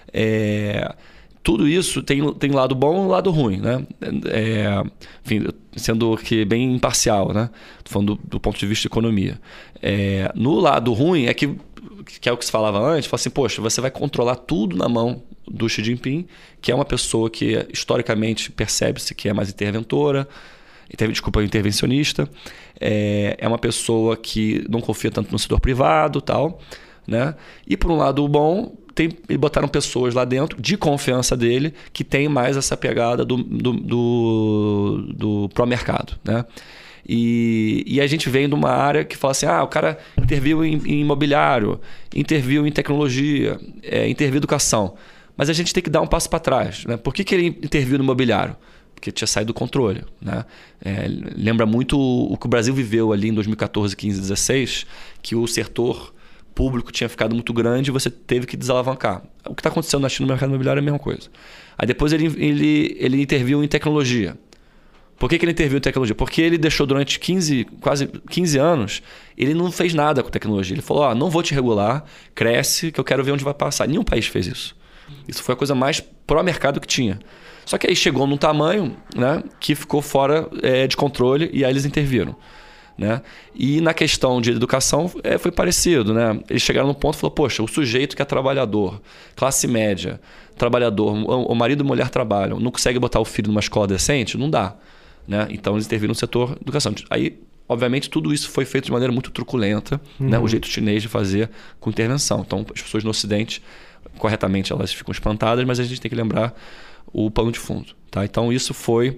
tudo isso tem lado bom e lado ruim, né? Enfim, sendo aqui bem imparcial, né? Tô falando do ponto de vista de economia. No lado ruim é que é o que se falava antes, fala assim, poxa, você vai controlar tudo na mão do Xi Jinping, que é uma pessoa que historicamente percebe-se que é mais intervencionista, é uma pessoa que não confia tanto no setor privado, tal, né? E por um lado bom, botaram pessoas lá dentro de confiança dele que tem mais essa pegada do pró-mercado, né? E a gente vem de uma área que fala assim, o cara interviu em imobiliário, interviu em tecnologia, interviu em educação. Mas a gente tem que dar um passo para trás, né? Por que ele interviu no imobiliário? Porque tinha saído do controle, né? Lembra muito o que o Brasil viveu ali em 2014, 15, 16, que o setor público tinha ficado muito grande e você teve que desalavancar. O que está acontecendo na China no mercado imobiliário é a mesma coisa. Aí depois ele interviu em tecnologia. Por que ele interviu em tecnologia? Porque ele deixou durante quase 15 anos, ele não fez nada com tecnologia. Ele falou, não vou te regular, cresce, que eu quero ver onde vai passar. Nenhum país fez isso. Isso foi a coisa mais pró-mercado que tinha. Só que aí chegou num tamanho, né, que ficou fora de controle, e aí eles interviram, né? E na questão de educação foi parecido, né? Eles chegaram no ponto e falaram, poxa, o sujeito que é trabalhador, classe média, trabalhador, o marido e a mulher trabalham, não consegue botar o filho numa escola decente? Não dá, né? Então eles interviram no setor de educação. Aí, obviamente, tudo isso foi feito de maneira muito truculenta, né? O jeito chinês de fazer com intervenção. Então, as pessoas no Ocidente, corretamente, elas ficam espantadas, mas a gente tem que lembrar o pano de fundo, tá? Então, isso foi...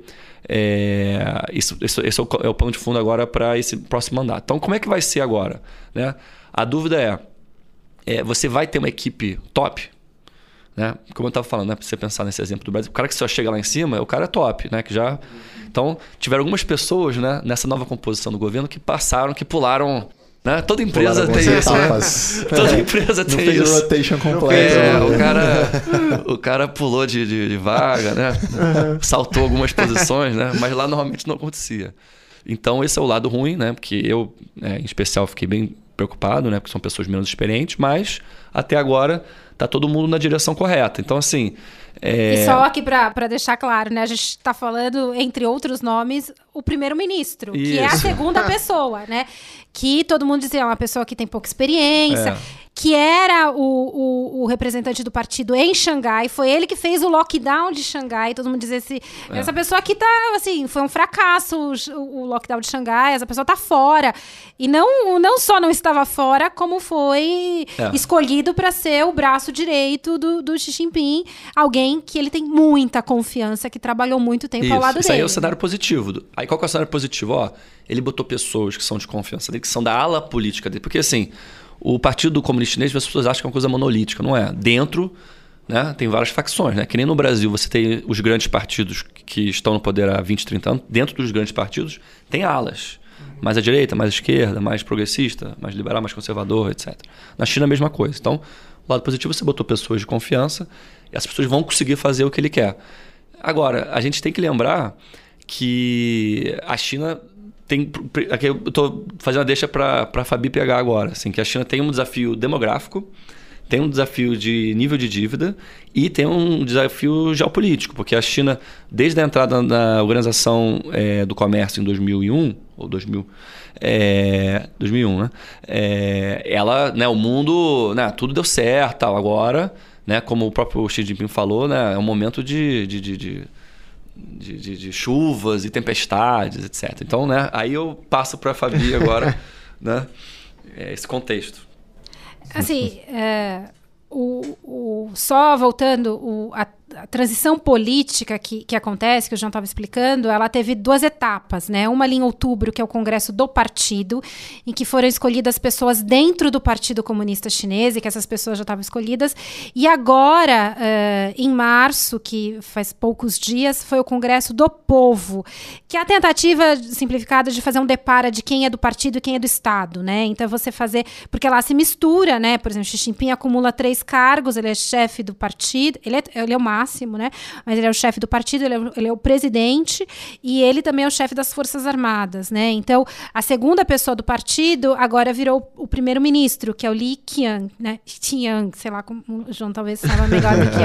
esse é o pano de fundo agora para esse próximo mandato. Então, como é que vai ser agora, né? A dúvida você vai ter uma equipe top, né? Como eu estava falando, né? Para você pensar nesse exemplo do Brasil, o cara que só chega lá em cima, o cara é top, né? Que já... Então, tiveram algumas pessoas, né, nessa nova composição do governo que pularam... Né? Toda empresa tem isso. Toda empresa tem isso. Não fez rotation completo. O cara pulou de vaga, né? Saltou algumas posições, né? Mas lá normalmente não acontecia. Então esse é o lado ruim, né? Porque eu, em especial, fiquei bem preocupado, né? Porque são pessoas menos experientes, mas até agora tá todo mundo na direção correta. Então, assim... E só aqui para deixar claro, né? A gente está falando, entre outros nomes, o primeiro-ministro, que é a segunda pessoa, né? Que todo mundo dizia, é uma pessoa que tem pouca experiência, que era o representante do partido em Xangai, foi ele que fez o lockdown de Xangai, todo mundo dizia assim, essa pessoa aqui tá, assim, foi um fracasso o lockdown de Xangai, essa pessoa tá fora. E não só não estava fora, como foi escolhido para ser o braço direito do Xi Jinping, alguém que ele tem muita confiança, que trabalhou muito tempo ao lado dele. Isso aí é o cenário positivo. Aí qual que é o cenário positivo? Ele botou pessoas que são de confiança dele, que são da ala política dele. Porque assim, o Partido Comunista Chinês, as pessoas acham que é uma coisa monolítica, não é? Dentro, né, tem várias facções, né? Que nem no Brasil você tem os grandes partidos que estão no poder há 20, 30 anos. Dentro dos grandes partidos tem alas. Mais à direita, mais à esquerda, mais progressista, mais liberal, mais conservador, etc. Na China a mesma coisa. Então, o lado positivo, você botou pessoas de confiança e as pessoas vão conseguir fazer o que ele quer. Agora, a gente tem que lembrar que a China tem... Aqui eu estou fazendo uma deixa para a Fabi pegar agora. Assim, que a China tem um desafio demográfico, tem um desafio de nível de dívida e tem um desafio geopolítico, porque a China, desde a entrada na Organização do Comércio em 2001, ou 2001, né? Ela, né, o mundo, né, tudo deu certo, tal. Agora, né, como o próprio Xi Jinping falou, né, é um momento de chuvas e tempestades, etc. Então, né, aí eu passo para a Fabi agora, né, esse contexto. Assim, só voltando, transição política que acontece, que o João estava explicando, ela teve 2 etapas, né? Uma ali em outubro, que é o congresso do partido, em que foram escolhidas pessoas dentro do Partido Comunista Chinês, e que essas pessoas já estavam escolhidas. E agora, em março, que faz poucos dias, foi o congresso do povo, que é a tentativa simplificada de fazer um depara de quem é do partido e quem é do Estado, né? Então você fazer, porque lá se mistura, né? Por exemplo, Xi Jinping acumula 3 cargos, ele é chefe do partido, ele é o máximo, né? Mas ele é o chefe do partido, ele é o presidente e ele também é o chefe das Forças Armadas, né? Então, a segunda pessoa do partido agora virou o primeiro-ministro, que é o Li Qiang, né? Qiang, sei lá, como o João talvez saiba melhor do que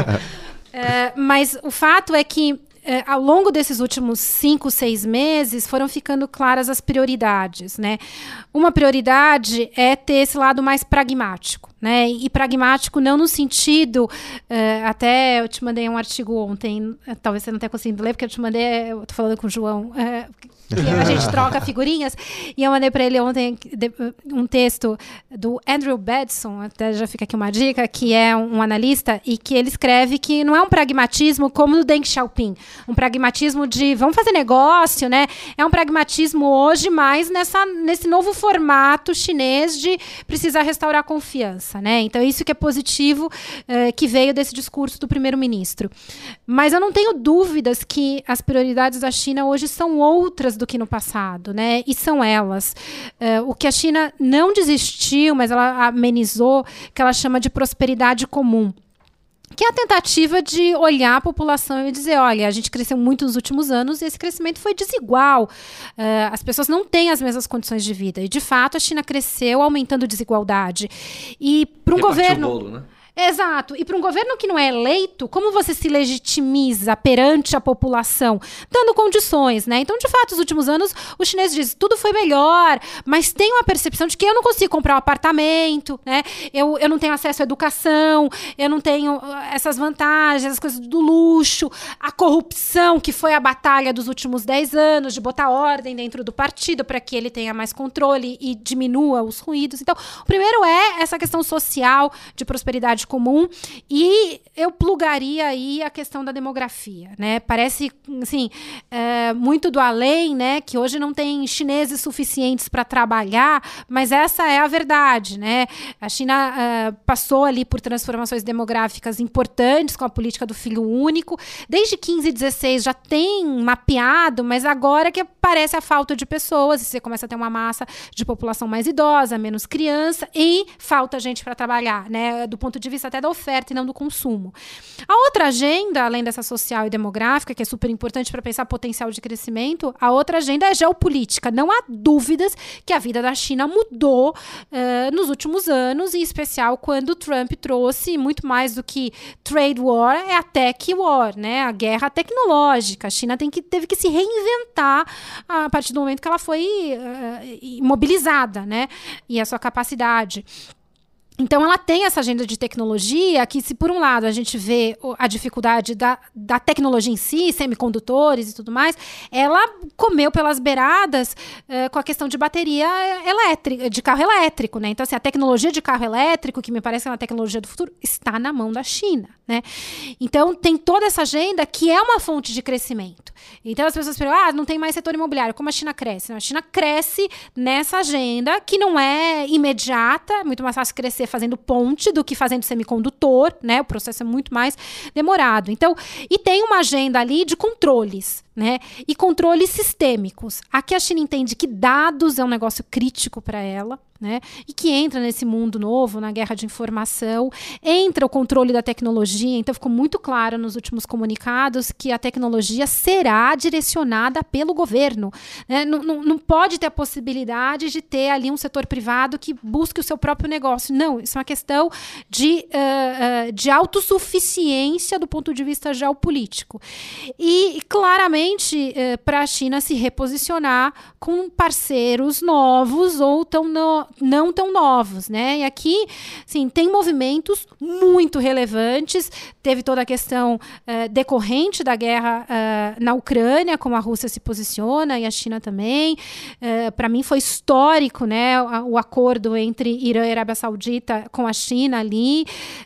eu. Mas o fato é que ao longo desses últimos 5, 6 meses, foram ficando claras as prioridades, né? Uma prioridade é ter esse lado mais pragmático, né? E pragmático não no sentido... até eu te mandei um artigo ontem, talvez você não tenha conseguido ler, porque eu te mandei... Eu tô falando com o João... que a gente troca figurinhas, e eu mandei para ele ontem um texto do Andrew Bedson, até já fica aqui uma dica, que é um analista, e que ele escreve que não é um pragmatismo como no Deng Xiaoping, um pragmatismo de vamos fazer negócio, né? É um pragmatismo hoje mais nesse novo formato chinês de precisar restaurar a confiança, né? Então isso que é positivo, que veio desse discurso do primeiro-ministro. Mas eu não tenho dúvidas que as prioridades da China hoje são outras do que no passado, né? E são elas. O que a China não desistiu, mas ela amenizou, que ela chama de prosperidade comum, que é a tentativa de olhar a população e dizer, olha, a gente cresceu muito nos últimos anos e esse crescimento foi desigual. As pessoas não têm as mesmas condições de vida. E, de fato, a China cresceu aumentando desigualdade. E para um governo... o bolo, né? Exato. E para um governo que não é eleito, como você se legitimiza perante a população? Dando condições, né? Então, de fato, nos últimos anos, os chineses dizem tudo foi melhor, mas tem uma percepção de que eu não consigo comprar um apartamento, né? Eu não tenho acesso à educação, eu não tenho essas vantagens, as coisas do luxo, a corrupção, que foi a batalha dos últimos 10 anos, de botar ordem dentro do partido para que ele tenha mais controle e diminua os ruídos. Então, o primeiro é essa questão social de prosperidade comum, e eu plugaria aí a questão da demografia, né? Parece, assim, muito do além, né? Que hoje não tem chineses suficientes para trabalhar, mas essa é a verdade, né? A China passou ali por transformações demográficas importantes com a política do filho único. Desde 15 e 16 já tem mapeado, mas agora que aparece a falta de pessoas, e você começa a ter uma massa de população mais idosa, menos criança, e falta gente para trabalhar, né? Do ponto de vista até da oferta e não do consumo. A outra agenda, além dessa social e demográfica, que é super importante para pensar potencial de crescimento, a outra agenda é geopolítica. Não há dúvidas que a vida da China mudou nos últimos anos, em especial quando Trump trouxe muito mais do que trade war, é a tech war, né? A guerra tecnológica. A China teve que se reinventar a partir do momento que ela foi imobilizada, né? E a sua capacidade. Então, ela tem essa agenda de tecnologia que, se por um lado a gente vê a dificuldade da tecnologia em si, semicondutores e tudo mais, ela comeu pelas beiradas com a questão de bateria elétrica, de carro elétrico, né? Então, assim, a tecnologia de carro elétrico, que me parece que é uma tecnologia do futuro, está na mão da China, né? Então, tem toda essa agenda que é uma fonte de crescimento. Então, as pessoas falam, não tem mais setor imobiliário. Como a China cresce? A China cresce nessa agenda que não é imediata, muito mais fácil crescer fazendo ponte do que fazendo semicondutor, né? O processo é muito mais demorado. Então, e tem uma agenda ali de controles, né? E controles sistêmicos. Aqui a China entende que dados é um negócio crítico para ela, né? E que entra nesse mundo novo, na guerra de informação, entra o controle da tecnologia. Então ficou muito claro nos últimos comunicados que a tecnologia será direcionada pelo governo, né? Não pode ter a possibilidade de ter ali um setor privado que busque o seu próprio negócio. Não, isso é uma questão de autossuficiência do ponto de vista geopolítico. E claramente suficiente para a China se reposicionar com parceiros novos ou não tão novos, né? E aqui, sim, tem movimentos muito relevantes. Teve toda a questão decorrente da guerra na Ucrânia, como a Rússia se posiciona e a China também. Para mim foi histórico, né, o acordo entre Irã e Arábia Saudita com a China ali.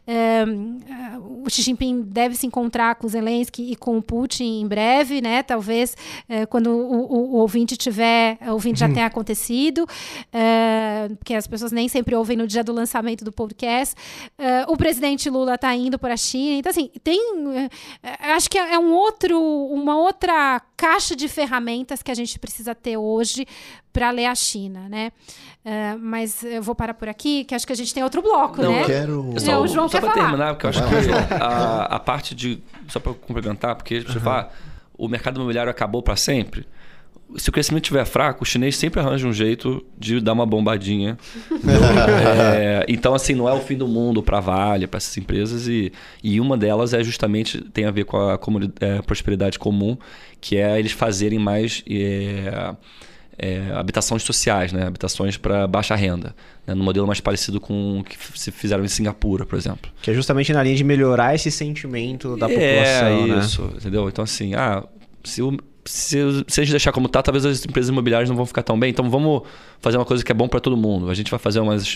O Xi Jinping deve se encontrar com o Zelensky e com o Putin em breve, né? Talvez quando o ouvinte já tenha acontecido, porque as pessoas nem sempre ouvem no dia do lançamento do podcast. O presidente Lula está indo para a China. Então, assim, acho que é uma outra caixa de ferramentas que a gente precisa ter hoje para ler a China, né? Mas eu vou parar por aqui, que acho que a gente tem outro bloco, né? Só o João para quer falar. terminar, porque eu acho que a parte de... Só para complementar, porque você fala, o mercado imobiliário acabou para sempre. Se o crescimento estiver fraco, o chinês sempre arranja um jeito de dar uma bombadinha. Então, assim, não é o fim do mundo para a Vale, para essas empresas. E uma delas tem a ver com a prosperidade comum, que é eles fazerem mais habitações sociais, né? Habitações para baixa renda, né? No modelo mais parecido com o que se fizeram em Singapura, por exemplo. Que é justamente na linha de melhorar esse sentimento da população, né? Isso, entendeu? Então, assim, se a gente deixar como tá, talvez as empresas imobiliárias não vão ficar tão bem. Então vamos fazer uma coisa que é bom para todo mundo. A gente vai fazer umas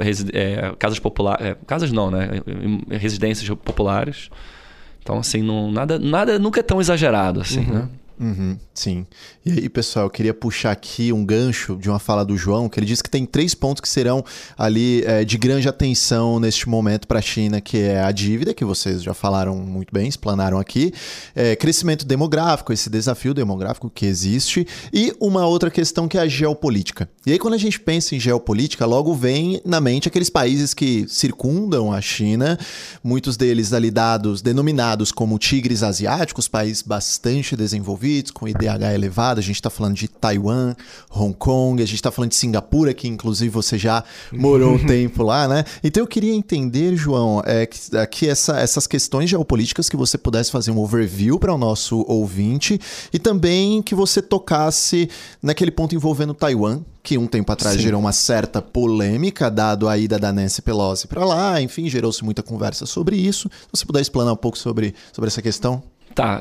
casas populares, casas não, né? Residências populares. Então, assim, nada nunca é tão exagerado assim, né? Sim. E aí, pessoal, eu queria puxar aqui um gancho de uma fala do João, que ele disse que tem 3 pontos que serão ali de grande atenção neste momento para a China, que é a dívida, que vocês já falaram muito bem, explanaram aqui, crescimento demográfico, esse desafio demográfico que existe, e uma outra questão que é a geopolítica. E aí, quando a gente pensa em geopolítica, logo vem na mente aqueles países que circundam a China, muitos deles ali denominados como tigres asiáticos, países bastante desenvolvidos, com IDH elevado. A gente está falando de Taiwan, Hong Kong, a gente está falando de Singapura, que inclusive você já morou um tempo lá, né? Então eu queria entender, João, aqui essas questões geopolíticas, que você pudesse fazer um overview para o nosso ouvinte e também que você tocasse naquele ponto envolvendo Taiwan, que um tempo atrás gerou uma certa polêmica, dado a ida da Nancy Pelosi para lá, enfim, gerou-se muita conversa sobre isso. Se você puder explanar um pouco sobre essa questão. Tá,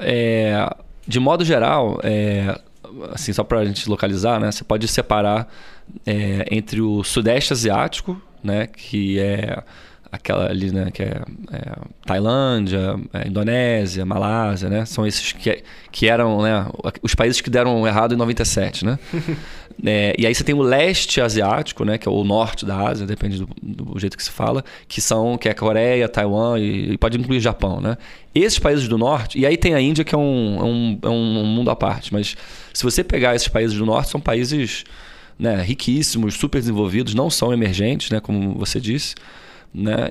de modo geral, assim, só para a gente localizar, né, você pode separar entre o Sudeste Asiático, né, que é aquela ali, né, que é Tailândia, Indonésia, Malásia, né, são esses que eram, né, os países que deram errado em 97, né? E aí você tem o Leste Asiático, né, que é o Norte da Ásia, depende do jeito que se fala, que é a Coreia, Taiwan e pode incluir Japão, né? Esses países do Norte, e aí tem a Índia, que é um mundo à parte, mas se você pegar esses países do Norte, são países, né, riquíssimos, super desenvolvidos, não são emergentes, né, como você disse, né?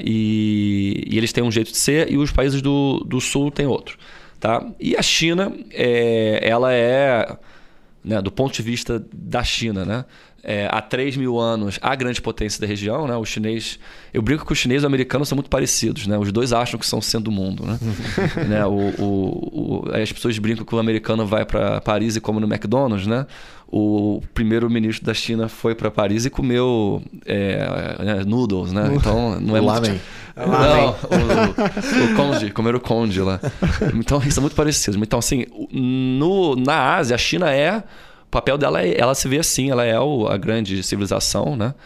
E eles têm um jeito de ser, e os países do Sul têm outro, tá? E a China, ela é, né, do ponto de vista da China, né, há 3.000 anos, a grande potência da região, né? O chinês, eu brinco que o chinês e o americano são muito parecidos, né? Os dois acham que são o centro do mundo, né? Né? As pessoas brincam que o americano vai para Paris e come no McDonald's, né? O primeiro-ministro da China foi para Paris e comeu noodles, né? Então não é lamen. Não, o conde, comeram o conde lá. Então eles são muito parecidos. Então, assim, na Ásia, a China o papel dela ela se vê assim, ela é a grande civilização, né?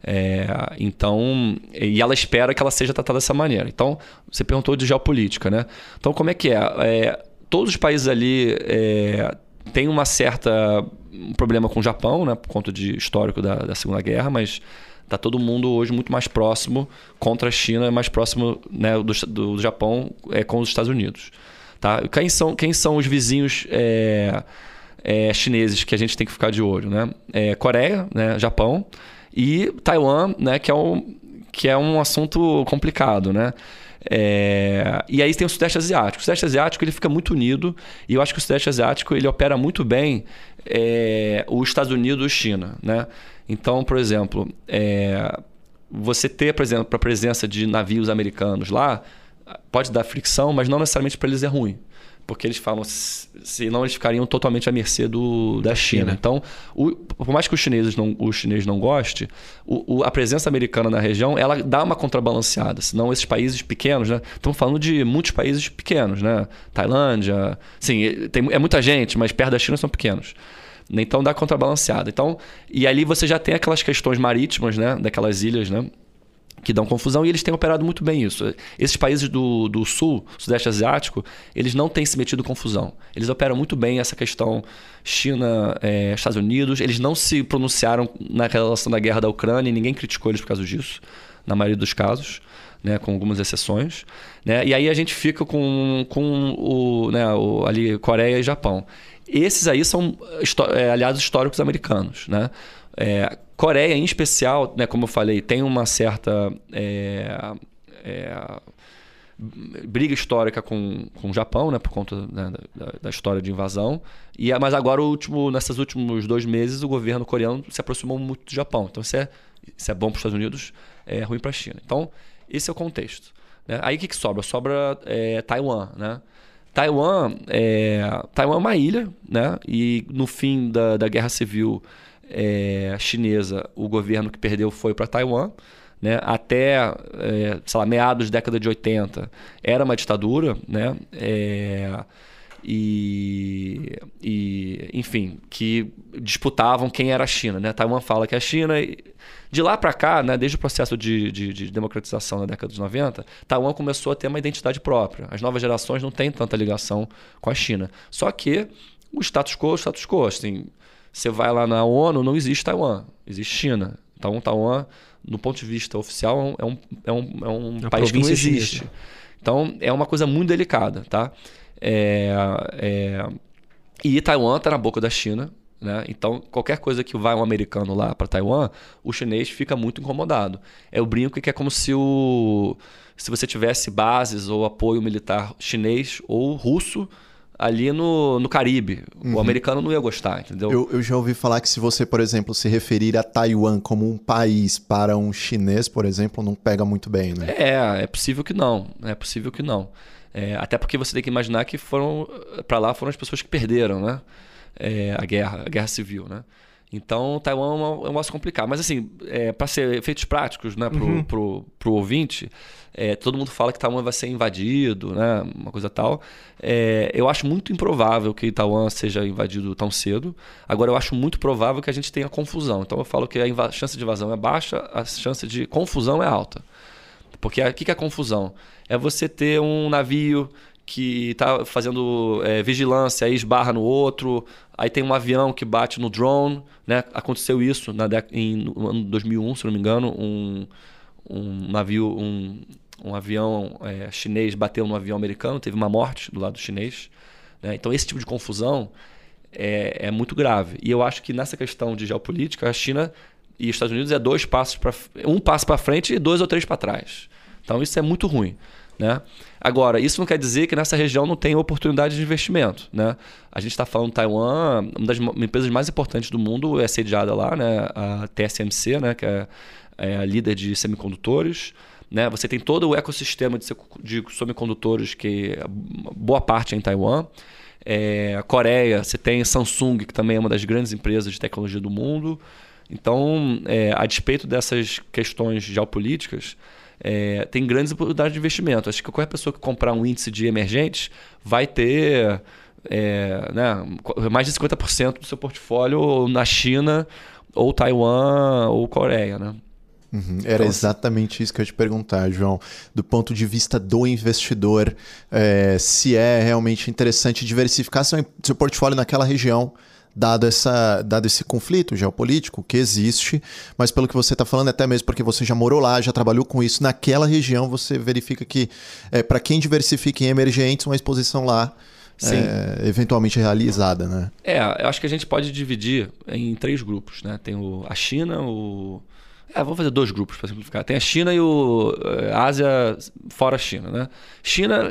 Então, e ela espera que ela seja tratada dessa maneira. Então, você perguntou de geopolítica, né? Então, como é que é? Todos os países ali têm um problema com o Japão, né? Por conta de histórico da Segunda Guerra, mas está todo mundo hoje muito mais próximo contra a China, mais próximo, né, do Japão com os Estados Unidos. Tá? Quem são os vizinhos chineses que a gente tem que ficar de olho, né? Coreia, né? Japão e Taiwan, né? Que é um assunto complicado, né? E aí tem o Sudeste Asiático. O Sudeste Asiático ele fica muito unido, e eu acho que o Sudeste Asiático ele opera muito bem os Estados Unidos e China, né? Então, por exemplo, você ter, por exemplo, a presença de navios americanos lá pode dar fricção, mas não necessariamente para eles é ruim. porque eles falam, senão eles ficariam totalmente à mercê da China. Então, por mais que os chineses não gostem, a presença americana na região, ela dá uma contrabalanceada. Senão esses países pequenos, né? Estamos falando de muitos países pequenos, né? Tailândia, sim, é muita gente, mas perto da China são pequenos. Então dá contrabalanceada. Então, e ali você já tem aquelas questões marítimas, né? Daquelas ilhas, né? Que dão confusão, e eles têm operado muito bem isso. Esses países do Sudeste Asiático, eles não têm se metido em confusão. Eles operam muito bem essa questão China, Estados Unidos. Eles não se pronunciaram na relação da guerra da Ucrânia, e ninguém criticou eles por causa disso, na maioria dos casos, né, com algumas exceções. Né? E aí a gente fica com ali Coreia e Japão. Esses aí são aliados históricos americanos, né? Coreia, em especial, né, como eu falei, tem uma certa briga histórica com o Japão, né, por conta, né, da história de invasão. Mas agora, nesses últimos 2 meses, o governo coreano se aproximou muito do Japão. Então, isso é bom para os Estados Unidos, é ruim para a China. Então, esse é o contexto. Né? Aí, o que sobra? Sobra Taiwan, né? Taiwan é uma ilha, né? E no fim da Guerra Civil chinesa, o governo que perdeu foi para Taiwan, né? Até meados da década de 80 era uma ditadura, né? Enfim, que disputavam quem era a China, né? Taiwan fala que é a China. De lá para cá, né, desde o processo de democratização na década de 90, Taiwan começou a ter uma identidade própria. As novas gerações não têm tanta ligação com a China. Só que o status quo, assim, você vai lá na ONU, não existe Taiwan, existe China. Então, Taiwan, do ponto de vista oficial, é um país que não existe. Chinesa. Então, é uma coisa muito delicada, tá? E Taiwan está na boca da China, né? Então, qualquer coisa que vai um americano lá para Taiwan, o chinês fica muito incomodado. Eu brinco que é como se você tivesse bases ou apoio militar chinês ou russo ali no Caribe. O americano não ia gostar, entendeu? Eu já ouvi falar que se você, por exemplo, se referir a Taiwan como um país para um chinês, por exemplo, não pega muito bem, né? É possível que não. Até porque você tem que imaginar que foram as pessoas que perderam, né? A guerra civil, né? Então, Taiwan é um negócio complicado. Mas, assim, para ser efeitos práticos, né, pro ouvinte, todo mundo fala que Taiwan vai ser invadido, né, uma coisa tal. Eu acho muito improvável que Taiwan seja invadido tão cedo. Agora, eu acho muito provável que a gente tenha confusão. Então, eu falo que a chance de invasão é baixa, a chance de confusão é alta. Porque o que é confusão? É você ter um navio que está fazendo vigilância, aí esbarra no outro, aí tem um avião que bate no drone, né? Aconteceu isso no ano 2001, se não me engano, um avião chinês bateu no avião americano, teve uma morte do lado chinês, né? Então esse tipo de confusão é muito grave. E eu acho que nessa questão de geopolítica, a China e os Estados Unidos um passo para frente e 2 ou 3 para trás. Então isso é muito ruim. Né? Agora, isso não quer dizer que nessa região não tem oportunidade de investimento, né? A gente está falando de Taiwan, uma das empresas mais importantes do mundo é sediada lá, né? A TSMC, né? Que é a líder de semicondutores, né? Você tem todo o ecossistema de semicondutores, que boa parte é em Taiwan. A Coreia, você tem Samsung, que também é uma das grandes empresas de tecnologia do mundo. Então, a despeito dessas questões geopolíticas, tem grandes oportunidades de investimento. Acho que qualquer pessoa que comprar um índice de emergentes vai ter mais de 50% do seu portfólio na China, ou Taiwan, ou Coreia, né? Era exatamente isso que eu ia te perguntar, João. Do ponto de vista do investidor, se é realmente interessante diversificar seu portfólio naquela região, dado esse conflito geopolítico que existe, mas pelo que você está falando, até mesmo porque você já morou lá, já trabalhou com isso naquela região, você verifica que para quem diversifica em emergentes, uma exposição lá eventualmente realizada, né? Eu acho que a gente pode dividir em 3 grupos, né? Tem a China, vou fazer 2 grupos para simplificar. Tem a China e a Ásia fora a China, né? China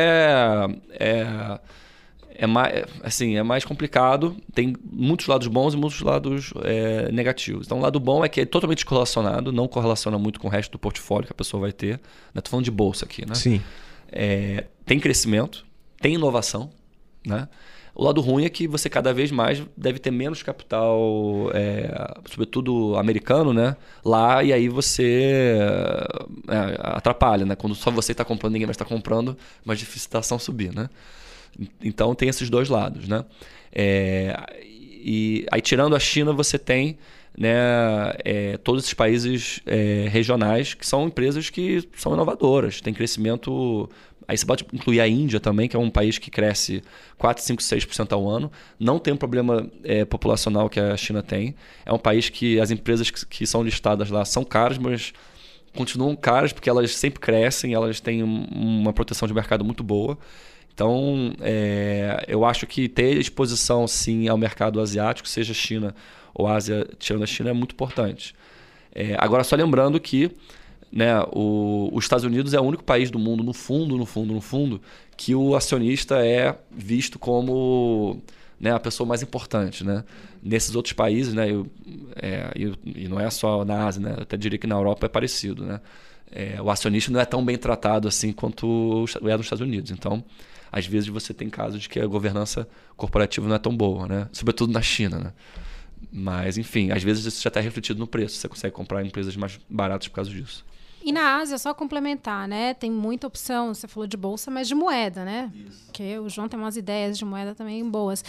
é mais complicado, tem muitos lados bons e muitos lados negativos. Então, o lado bom é que é totalmente correlacionado, não correlaciona muito com o resto do portfólio que a pessoa vai ter. Estou falando de bolsa aqui, né? Sim. Tem crescimento, tem inovação, né? O lado ruim é que você cada vez mais deve ter menos capital, sobretudo americano, né? Lá, e aí você atrapalha, né? Quando só você está comprando, ninguém mais está comprando, mais difícil a ação subir, né? Então tem esses dois lados, né? E aí, tirando a China, você tem, né, todos esses países regionais que são empresas que são inovadoras, tem crescimento. Aí você pode incluir a Índia também, que é um país que cresce 4, 5, 6% ao ano. Não tem um problema populacional que a China tem. É um país que as empresas que são listadas lá são caras, mas continuam caras porque elas sempre crescem, elas têm uma proteção de mercado muito boa. Então, eu acho que ter exposição, sim, ao mercado asiático, seja China ou Ásia, tirando a China, é muito importante. Agora, só lembrando que, né, os Estados Unidos é o único país do mundo, no fundo, que o acionista é visto como, né, a pessoa mais importante, né? Nesses outros países, né, e não é só na Ásia, né? Eu até diria que na Europa é parecido, né? O acionista não é tão bem tratado assim quanto é nos Estados Unidos. Então, às vezes você tem casos de que a governança corporativa não é tão boa, né? Sobretudo na China, né? Mas, enfim, às vezes isso já está refletido no preço. Você consegue comprar empresas mais baratas por causa disso. E na Ásia, só complementar, né? Tem muita opção, você falou de bolsa, mas de moeda, né? Isso. Porque o João tem umas ideias de moeda também boas.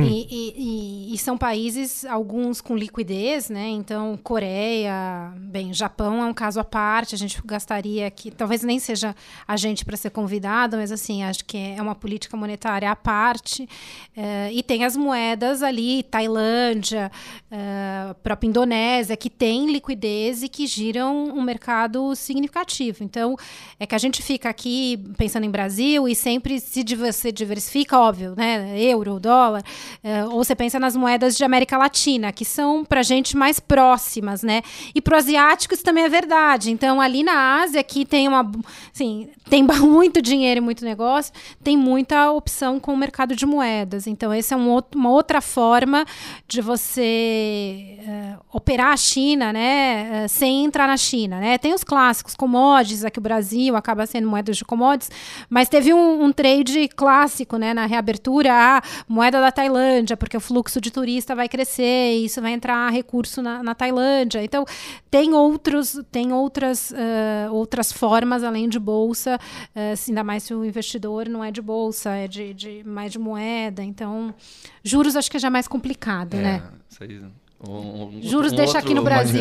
E são países, alguns com liquidez, né? Então, Coreia, Japão é um caso à parte, a gente gastaria aqui, talvez nem seja a gente para ser convidado, mas assim, acho que é uma política monetária à parte. E tem as moedas ali, Tailândia, própria Indonésia, que tem liquidez e que giram um mercado significativo. Então, é que a gente fica aqui pensando em Brasil e sempre se diversifica, óbvio, né? Euro, dólar, ou você pensa nas moedas de América Latina, que são pra gente mais próximas, né? E pro asiático isso também é verdade. Então, ali na Ásia, que tem tem muito dinheiro e muito negócio, tem muita opção com o mercado de moedas. Então, essa é uma outra forma de você operar a China, né? Sem entrar na China, né? Tem os clássicos, commodities, aqui o Brasil acaba sendo moedas de commodities, mas teve um trade clássico, né, na reabertura, a moeda da Tailândia, porque o fluxo de turista vai crescer e isso vai entrar recurso na Tailândia. Então, tem outras formas além de bolsa, ainda mais se o investidor não é de bolsa, é mais de moeda. Então, juros acho que já é mais complicado, né? Isso aí. Juros deixa aqui no Brasil.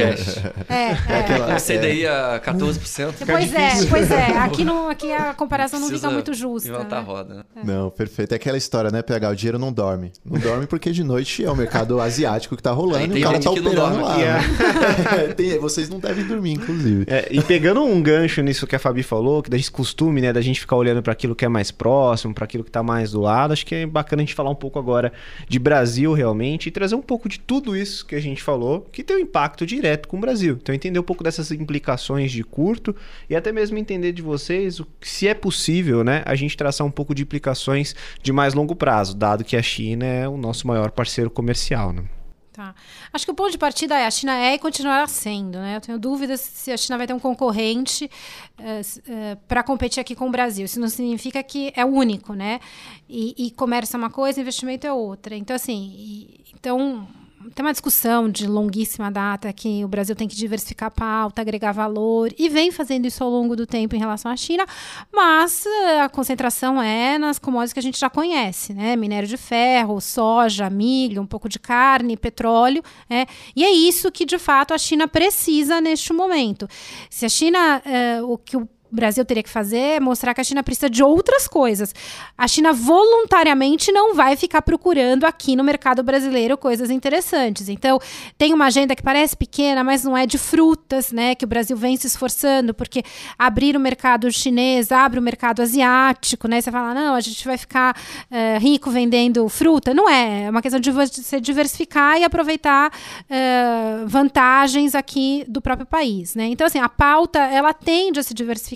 A CDI a 14%. Pois é. Aqui a comparação não fica muito justa. Inventar a roda, né? Não, perfeito. É aquela história, né, PH? O dinheiro não dorme. Não dorme porque de noite é o mercado asiático que tá rolando e o cara tá operando lá. Vocês não devem dormir, inclusive. E pegando um gancho nisso que a Fabi falou, que da gente costume, né, da gente ficar olhando para aquilo que é mais próximo, para aquilo que tá mais do lado, acho que é bacana a gente falar um pouco agora de Brasil realmente e trazer um pouco de tudo isso que a gente falou, que tem um impacto direto com o Brasil. Então, entender um pouco dessas implicações de curto e até mesmo entender de vocês se é possível, né, a gente traçar um pouco de implicações de mais longo prazo, dado que a China é o nosso maior parceiro comercial, né? Tá. Acho que o ponto de partida a China e continuará sendo, né? Eu tenho dúvidas se a China vai ter um concorrente para competir aqui com o Brasil. Isso não significa que é único, né? E comércio é uma coisa, investimento é outra. Então, assim, tem uma discussão de longuíssima data que o Brasil tem que diversificar a pauta, agregar valor, e vem fazendo isso ao longo do tempo em relação à China, mas a concentração é nas commodities que a gente já conhece, né? Minério de ferro, soja, milho, um pouco de carne, petróleo, né? E é isso que, de fato, a China precisa neste momento. Se a China, o que o Brasil teria que fazer é mostrar que a China precisa de outras coisas. A China voluntariamente não vai ficar procurando aqui no mercado brasileiro coisas interessantes. Então, tem uma agenda que parece pequena, mas não é, de frutas, né? Que o Brasil vem se esforçando, porque abrir o mercado chinês, abre o mercado asiático, né? Você fala, não, a gente vai ficar rico vendendo fruta. Não é. É uma questão de você diversificar e aproveitar vantagens aqui do próprio país, né? Então, assim, a pauta, ela tende a se diversificar,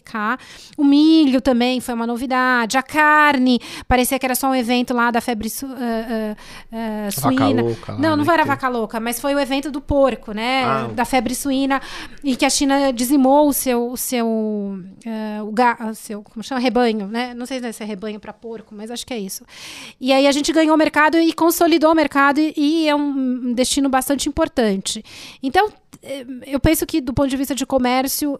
diversificar. O milho também foi uma novidade. A carne, parecia que era só um evento lá da febre suína. Vaca louca lá, Não né, era que vaca louca, mas foi o evento do porco, né? Ah. Da febre suína, e que a China dizimou o seu como chama? Rebanho, né? Não sei se é rebanho para porco, mas acho que é isso. E aí a gente ganhou o mercado e consolidou o mercado, e é um destino bastante importante. Então, eu penso que, do ponto de vista de comércio,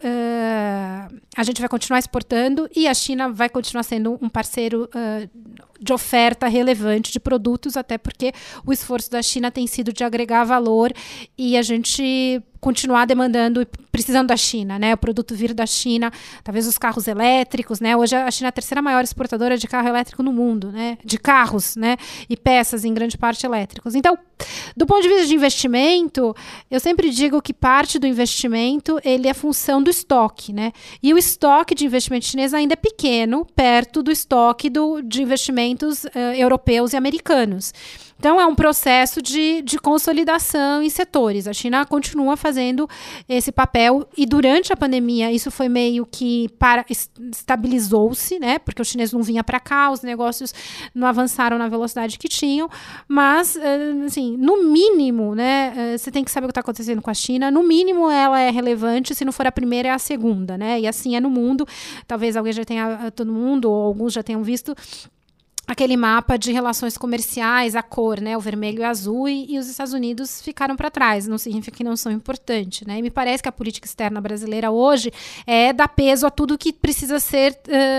a gente vai continuar exportando, e a China vai continuar sendo um parceiro de oferta relevante de produtos, até porque o esforço da China tem sido de agregar valor e a gente continuar demandando e precisando da China, né? O produto vir da China, talvez os carros elétricos, né? Hoje a China é a terceira maior exportadora de carro elétrico no mundo, né? De carros, né? E peças, em grande parte, elétricos. Então, do ponto de vista de investimento, eu sempre digo que parte do investimento, ele é função do estoque, né? E o estoque de investimento chinês ainda é pequeno, perto do estoque de investimentos europeus e americanos. Então, é um processo de consolidação em setores. A China continua fazendo esse papel, e durante a pandemia isso foi meio que estabilizou-se, né? Porque o chinês não vinha para cá, os negócios não avançaram na velocidade que tinham, mas, assim, no mínimo, né? Você tem que saber o que está acontecendo com a China. No mínimo, ela é relevante, se não for a primeira, é a segunda, né? E assim é no mundo. Talvez alguém já tenha, todo mundo, ou alguns já tenham visto aquele mapa de relações comerciais, a cor, né, o vermelho e o azul, e os Estados Unidos ficaram para trás. Não significa que não são importantes, né? E me parece que a política externa brasileira hoje dá peso a tudo que precisa ser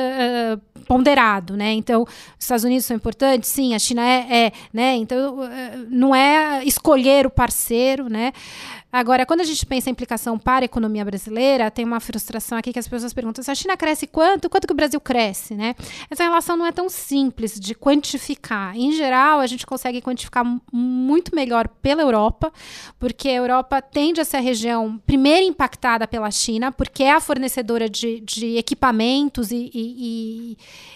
ponderado, né? Então, os Estados Unidos são importantes? Sim, a China né? Então, não é escolher o parceiro, né? Agora, quando a gente pensa em implicação para a economia brasileira, tem uma frustração aqui que as pessoas perguntam: se a China cresce quanto que o Brasil cresce, né? Essa relação não é tão simples de quantificar. Em geral, a gente consegue quantificar muito melhor pela Europa, porque a Europa tende a ser a região primeiro impactada pela China, porque é a fornecedora de equipamentos e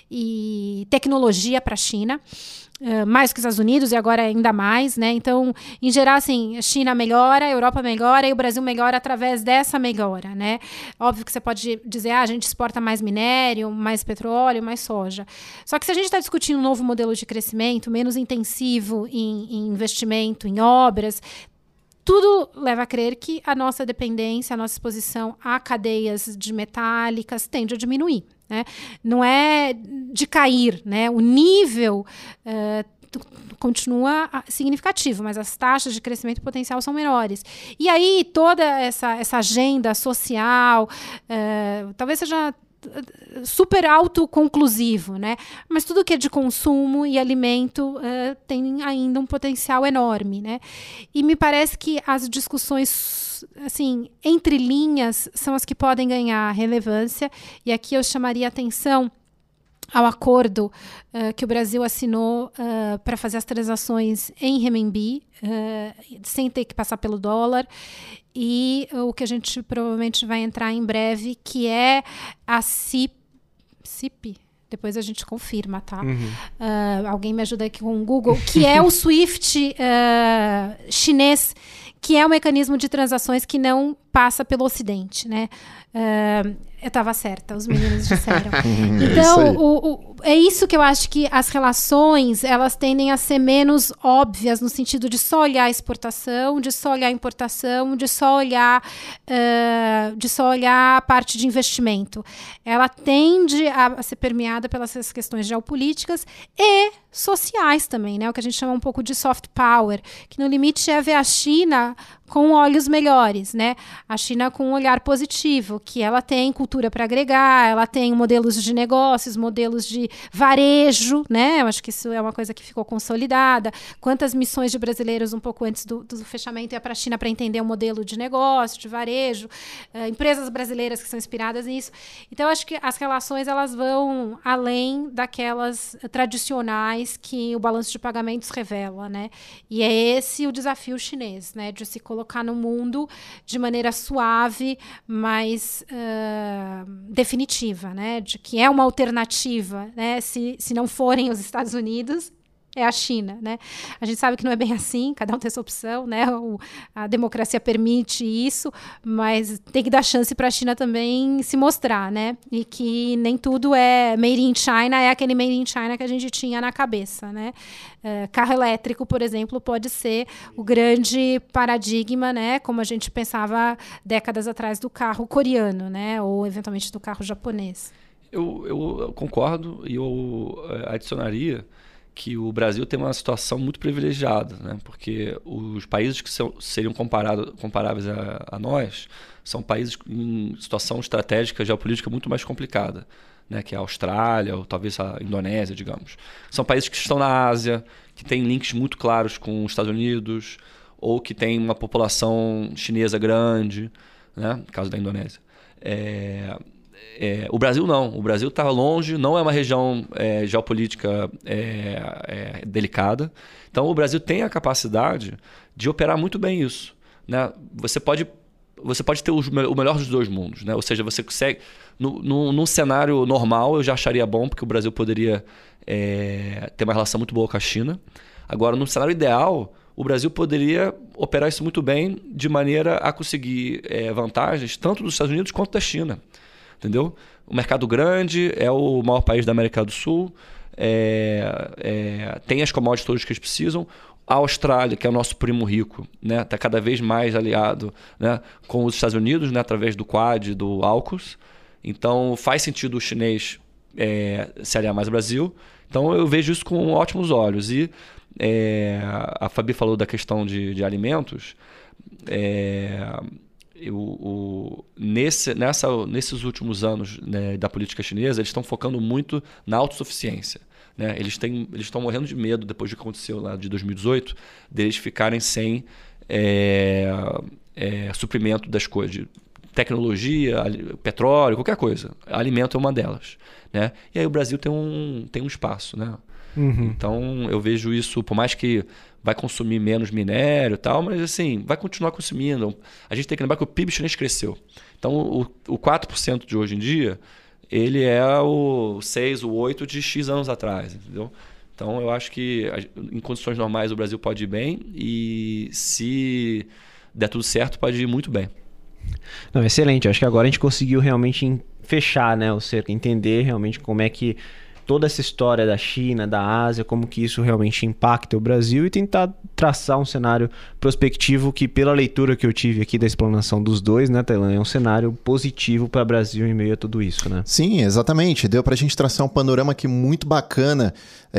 tecnologia para a China. Mais que os Estados Unidos, e agora ainda mais, né? Então, em geral, assim, a China melhora, a Europa melhora e o Brasil melhora através dessa melhora, né? Óbvio que você pode dizer, a gente exporta mais minério, mais petróleo, mais soja. Só que se a gente está discutindo um novo modelo de crescimento, menos intensivo em investimento, em obras, tudo leva a crer que a nossa dependência, a nossa exposição a cadeias de metálicas tende a diminuir, né? Não é de cair, né? O nível continua significativo, mas as taxas de crescimento potencial são menores. E aí toda essa agenda social talvez seja super autoconclusivo, né? Mas tudo que é de consumo e alimento tem ainda um potencial enorme, né? E me parece que as discussões, assim, entre linhas, são as que podem ganhar relevância, e aqui eu chamaria atenção ao acordo que o Brasil assinou para fazer as transações em renminbi, sem ter que passar pelo dólar, e o que a gente provavelmente vai entrar em breve, que é a CIP, depois a gente confirma, tá? Alguém me ajuda aqui com o Google, que é o SWIFT chinês, que é um mecanismo de transações que não passa pelo Ocidente, né? Eu estava certa, os meninos disseram. Então, é isso que eu acho que as relações, elas tendem a ser menos óbvias, no sentido de só olhar a exportação, de só olhar a importação, de só olhar a parte de investimento. Ela tende a ser permeada pelas questões geopolíticas e sociais também, né? O que a gente chama um pouco de soft power, que no limite é ver a China com olhos melhores, né? A China com um olhar positivo, que ela tem cultura para agregar, ela tem modelos de negócios, modelos de varejo, né? Eu acho que isso é uma coisa que ficou consolidada. Quantas missões de brasileiros um pouco antes do fechamento ia para a China para entender o modelo de negócio, de varejo, empresas brasileiras que são inspiradas nisso. Então, eu acho que as relações, elas vão além daquelas tradicionais que o balanço de pagamentos revela, né? E é esse o desafio chinês, né? De se colocar no mundo de maneira suave, mas definitiva, né? De que é uma alternativa, né? Se não forem os Estados Unidos, é a China, né? A gente sabe que não é bem assim, cada um tem essa opção, né? A democracia permite isso, mas tem que dar chance para a China também se mostrar, né? E que nem tudo é made in China, é aquele made in China que a gente tinha na cabeça, né? Carro elétrico, por exemplo, pode ser o grande paradigma, né? Como a gente pensava décadas atrás do carro coreano, né? Ou eventualmente do carro japonês. Eu concordo e eu adicionaria que o Brasil tem uma situação muito privilegiada, né? Porque os países que seriam comparáveis a nós são países em situação estratégica, geopolítica muito mais complicada, né? Que é a Austrália ou talvez a Indonésia, digamos. São países que estão na Ásia, que têm links muito claros com os Estados Unidos ou que têm uma população chinesa grande, né? No caso da Indonésia. O Brasil não. O Brasil está longe, não é uma região geopolítica delicada. Então, o Brasil tem a capacidade de operar muito bem isso, né? Você pode ter o melhor dos dois mundos, né? Ou seja, você consegue... Num cenário normal, eu já acharia bom, porque o Brasil poderia ter uma relação muito boa com a China. Agora, num cenário ideal, o Brasil poderia operar isso muito bem de maneira a conseguir vantagens tanto dos Estados Unidos quanto da China. Entendeu? O mercado grande, é o maior país da América do Sul, tem as commodities todas que eles precisam. A Austrália, que é o nosso primo rico, né, está cada vez mais aliado, né, com os Estados Unidos, né, através do Quad, do AUKUS. Então faz sentido o chinês se aliar mais ao Brasil. Então eu vejo isso com ótimos olhos. E a Fabi falou da questão de alimentos. Nesses últimos anos, né, da política chinesa, eles estão focando muito na autossuficiência, né? Eles estão morrendo de medo, depois do que aconteceu lá de 2018, deles ficarem sem suprimento das coisas, de tecnologia, petróleo, qualquer coisa. Alimento é uma delas, né? E aí o Brasil tem um espaço, né? Uhum. Então eu vejo isso, por mais que vai consumir menos minério e tal, mas assim, vai continuar consumindo. A gente tem que lembrar que o PIB chinês cresceu. Então o 4% de hoje em dia, ele é o 6, o 8 de X anos atrás, entendeu? Então eu acho que em condições normais o Brasil pode ir bem e se der tudo certo pode ir muito bem. Não, excelente. Acho que agora a gente conseguiu realmente fechar, né, o cerco, entender realmente como é que toda essa história da China, da Ásia, como que isso realmente impacta o Brasil e tentar traçar um cenário prospectivo que, pela leitura que eu tive aqui da explanação dos dois, né, Tailan, é um cenário positivo para o Brasil em meio a tudo isso, né? Sim, exatamente. Deu para a gente traçar um panorama aqui muito bacana.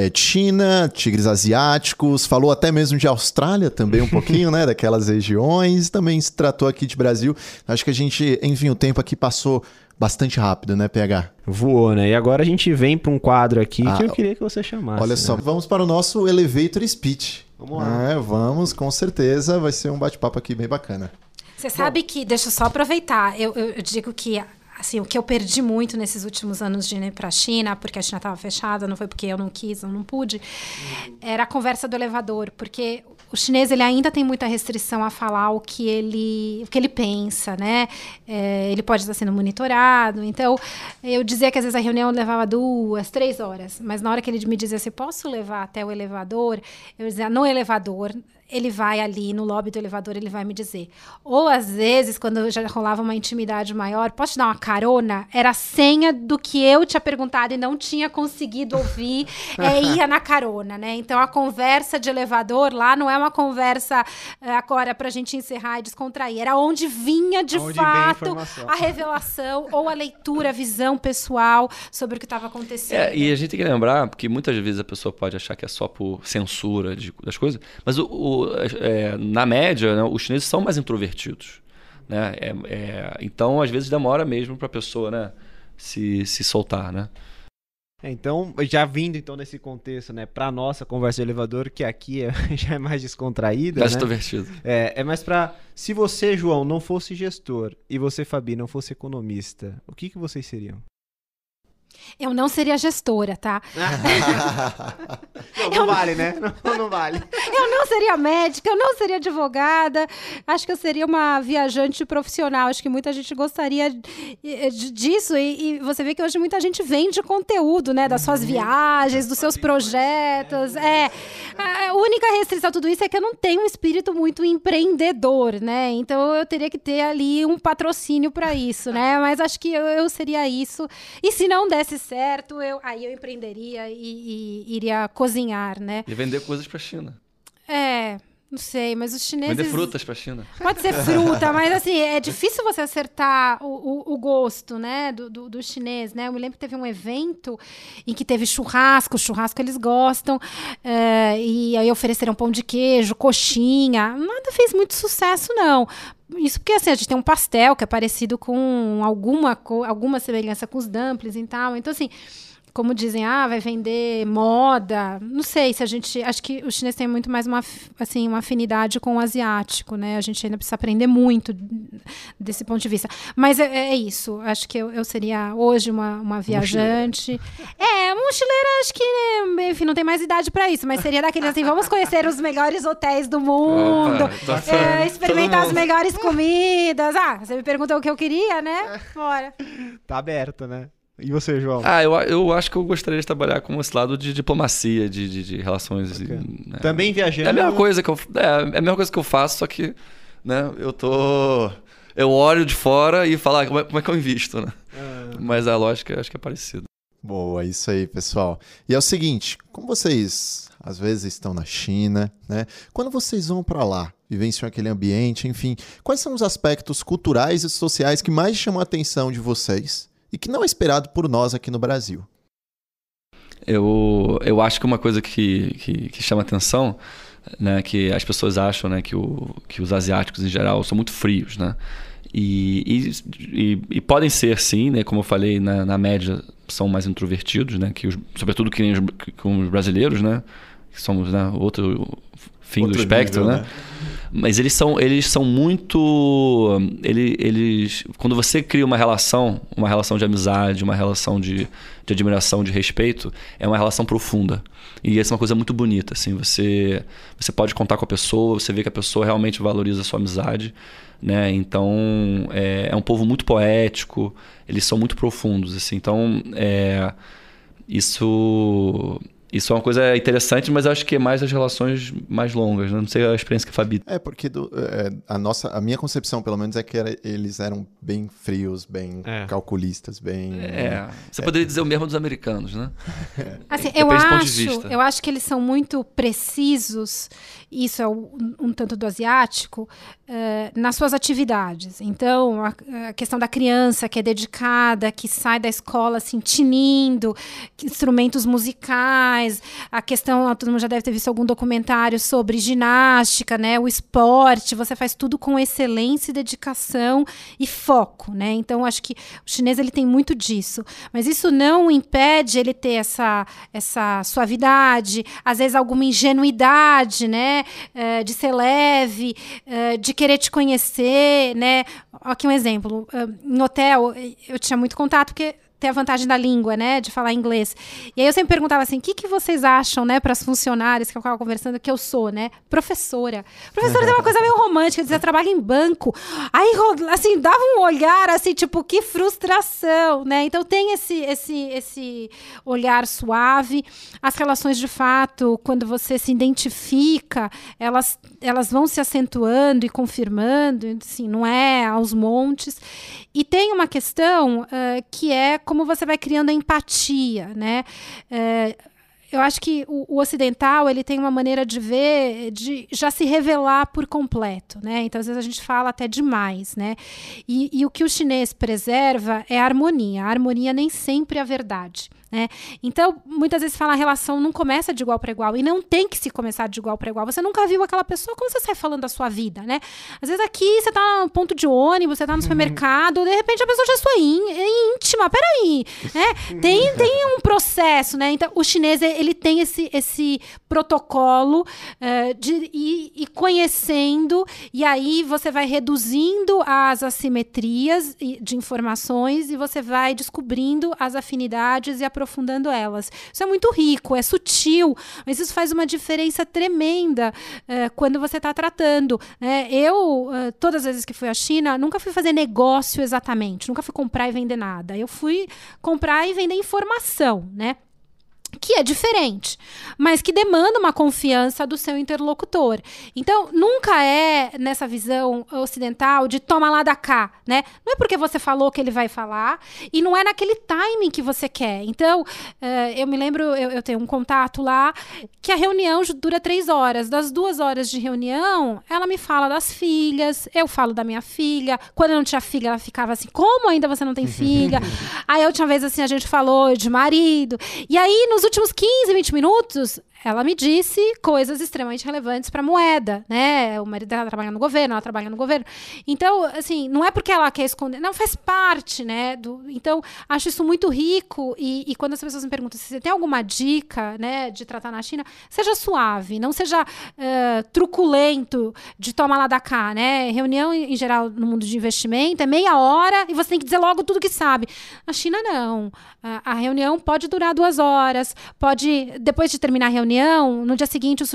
China, tigres asiáticos, falou até mesmo de Austrália também um pouquinho, né, daquelas regiões. Também se tratou aqui de Brasil. Acho que a gente, enfim, o tempo aqui passou bastante rápido, né, PH? Voou, né? E agora a gente vem para um quadro aqui que eu queria que você chamasse. Olha só, vamos para o nosso Elevator Speech. Vamos lá. Vamos, com certeza. Vai ser um bate-papo aqui bem bacana. Você sabe que, deixa eu só aproveitar, eu digo que assim, o que eu perdi muito nesses últimos anos de ir para a China, porque a China estava fechada, não foi porque eu não quis, eu não pude, era a conversa do elevador, porque o chinês ele ainda tem muita restrição a falar o que ele pensa, né? Ele pode estar sendo monitorado. Então, eu dizia que às vezes a reunião levava 2, 3 horas, mas na hora que ele me dizia assim, posso levar até o elevador? Eu dizia, no elevador, ele vai ali no lobby do elevador, ele vai me dizer. Ou às vezes, quando já rolava uma intimidade maior, posso te dar uma carona? Era a senha do que eu tinha perguntado e não tinha conseguido ouvir, ia na carona, né? Então, a conversa de elevador lá não é uma conversa agora pra gente encerrar e descontrair. Era onde vinha de fato a revelação ou a leitura, a visão pessoal sobre o que estava acontecendo. E a gente tem que lembrar, porque muitas vezes a pessoa pode achar que é só por censura das coisas, mas na média, né, os chineses são mais introvertidos, né? Então, às vezes, demora mesmo para a pessoa, né, se soltar, né? Então, já vindo então nesse contexto, né, para nossa conversa de elevador, que aqui já é mais descontraída, mais né? Extrovertido. É mais para, se você, João, não fosse gestor e você, Fabi, não fosse economista, o que vocês seriam? Eu não seria gestora, tá? Não vale, né? Não vale. Eu não seria médica, eu não seria advogada. Acho que eu seria uma viajante profissional. Acho que muita gente gostaria disso. E você vê que hoje muita gente vende conteúdo, né? Das suas viagens, dos seus projetos. A única restrição a tudo isso é que eu não tenho um espírito muito empreendedor, né? Então eu teria que ter ali um patrocínio para isso, né? Mas acho que eu seria isso. E se não desse certo, aí eu empreenderia e iria cozinhar, né? E vender coisas para a China. Não sei, mas os chineses... Vender frutas para a China. Pode ser fruta, mas assim, é difícil você acertar o gosto, né, do chinês, né? Eu me lembro que teve um evento em que teve churrasco eles gostam, e aí ofereceram pão de queijo, coxinha, nada fez muito sucesso, não. Isso porque, assim, a gente tem um pastel que é parecido com alguma semelhança com os dumplings e tal, então, assim... Como dizem, vai vender moda. Não sei se a gente... Acho que o chinês tem muito mais uma afinidade com o asiático, né? A gente ainda precisa aprender muito desse ponto de vista. Mas é isso. Acho que eu seria hoje uma viajante. Mochileira, acho que, enfim, não tem mais idade para isso. Mas seria daqueles assim, vamos conhecer os melhores hotéis do mundo. Experimentar as melhores comidas. Você me perguntou o que eu queria, né? Bora. Tá aberto, né? E você, João? Eu acho que eu gostaria de trabalhar com esse lado de diplomacia, de relações. Né? Também viajando. É a mesma coisa que eu faço, só que, né, eu olho de fora e falo, como é que eu invisto, né? Mas a lógica acho que é parecida. Boa, isso aí, pessoal. E é o seguinte, como vocês às vezes estão na China, né? Quando vocês vão para lá, vivenciam aquele ambiente, enfim, quais são os aspectos culturais e sociais que mais chamam a atenção de vocês? E que não é esperado por nós aqui no Brasil. Eu acho que uma coisa que chama atenção, né, que as pessoas acham, né, que os asiáticos em geral são muito frios, né? E podem ser, sim, né, como eu falei, na média são mais introvertidos, né, sobretudo com os brasileiros, né, que somos, né, outro fim do espectro, nível, né? Mas eles são muito... quando você cria uma relação de amizade, uma relação de admiração, de respeito, é uma relação profunda. E essa é uma coisa muito bonita. Assim, você pode contar com a pessoa, você vê que a pessoa realmente valoriza a sua amizade. Né? Então, é um povo muito poético, eles são muito profundos. Assim. Então, Isso é uma coisa interessante, mas eu acho que é mais as relações mais longas, né? Não sei a experiência que a Fabi... Porque a minha concepção, pelo menos, é que eles eram bem frios, bem calculistas, bem... Você poderia dizer o mesmo dos americanos, né? Assim, eu acho que eles são muito precisos, isso é um tanto do asiático, nas suas atividades. Então, a questão da criança que é dedicada, que sai da escola assim, tinindo, instrumentos musicais, a questão, todo mundo já deve ter visto algum documentário sobre ginástica, né? O esporte, você faz tudo com excelência, dedicação e foco, né? Então, acho que o chinês ele tem muito disso, mas isso não impede ele ter essa suavidade, às vezes alguma ingenuidade, né? De ser leve, de querer te conhecer, né? Aqui um exemplo, em hotel eu tinha muito contato, porque tem a vantagem da língua, né, de falar inglês. E aí eu sempre perguntava assim, o que vocês acham, né, para as funcionárias que eu ficava conversando, que eu sou, né, professora. Professora tem uma coisa meio romântica, dizer, trabalho em banco. Aí, assim, dava um olhar, assim, tipo, que frustração, né? Então tem esse olhar suave. As relações, de fato, quando você se identifica, elas vão se acentuando e confirmando, assim, não é aos montes. E tem uma questão que é como você vai criando a empatia, né? Eu acho que o ocidental ele tem uma maneira de ver, de já se revelar por completo, né? Então, às vezes, a gente fala até demais, né? E o que o chinês preserva é a harmonia. A harmonia nem sempre é a verdade. Né? Então, muitas vezes fala a relação não começa de igual para igual e não tem que se começar de igual para igual. Você nunca viu aquela pessoa, como você sai falando da sua vida, né? Às vezes aqui você tá no ponto de ônibus, você tá no supermercado, de repente a pessoa já é sua íntima, peraí, né? Tem um processo, né? Então, o chinês, ele tem esse protocolo de ir conhecendo, e aí você vai reduzindo as assimetrias de informações e você vai descobrindo as afinidades e aprofundando elas. Isso é muito rico, é sutil, mas isso faz uma diferença tremenda quando você está tratando. Eu, todas as vezes que fui à China, nunca fui fazer negócio exatamente, nunca fui comprar e vender nada. Eu fui comprar e vender informação, né? Que é diferente, mas que demanda uma confiança do seu interlocutor. Então, nunca é nessa visão ocidental de toma lá da cá, né? Não é porque você falou que ele vai falar e não é naquele timing que você quer. Então, eu me lembro, eu tenho um contato lá que a reunião dura 3 horas. Das 2 horas de reunião, ela me fala das filhas, eu falo da minha filha. Quando eu não tinha filha, ela ficava assim, como ainda você não tem filha? Aí, a última vez, assim, a gente falou de marido. E aí, nos últimos 15, 20 minutos, ela me disse coisas extremamente relevantes para a moeda, né? O marido dela trabalha no governo, ela trabalha no governo. Então, assim, não é porque ela quer esconder, não, faz parte, né? Então, acho isso muito rico e quando as pessoas me perguntam se você tem alguma dica, né, de tratar na China, seja suave, não seja truculento de toma lá da cá, né? Reunião, em geral, no mundo de investimento é meia hora e você tem que dizer logo tudo que sabe. Na China, não. A reunião pode durar 2 horas, pode, depois de terminar a reunião, no dia seguinte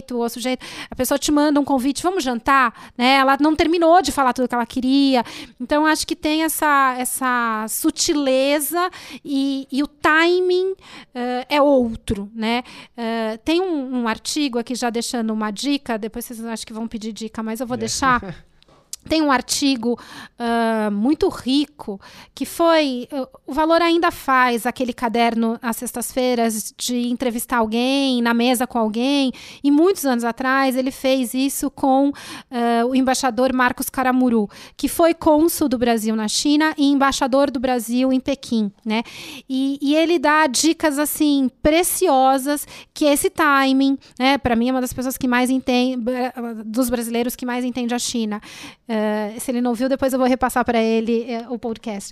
a pessoa te manda um convite, vamos jantar, né? Ela não terminou de falar tudo que ela queria. Então, acho que tem essa sutileza e o timing é outro, né? Tem um artigo aqui, já deixando uma dica, depois vocês acho que vão pedir dica, mas eu vou deixar. Tem um artigo muito rico que foi... O Valor ainda faz aquele caderno às sextas-feiras de entrevistar alguém, na mesa com alguém. E muitos anos atrás ele fez isso com o embaixador Marcos Caramuru, que foi cônsul do Brasil na China e embaixador do Brasil em Pequim, né? E ele dá dicas assim preciosas, que é esse timing, né? Para mim é uma das pessoas que mais entende, dos brasileiros que mais entende a China. Se ele não viu, depois eu vou repassar para ele o podcast.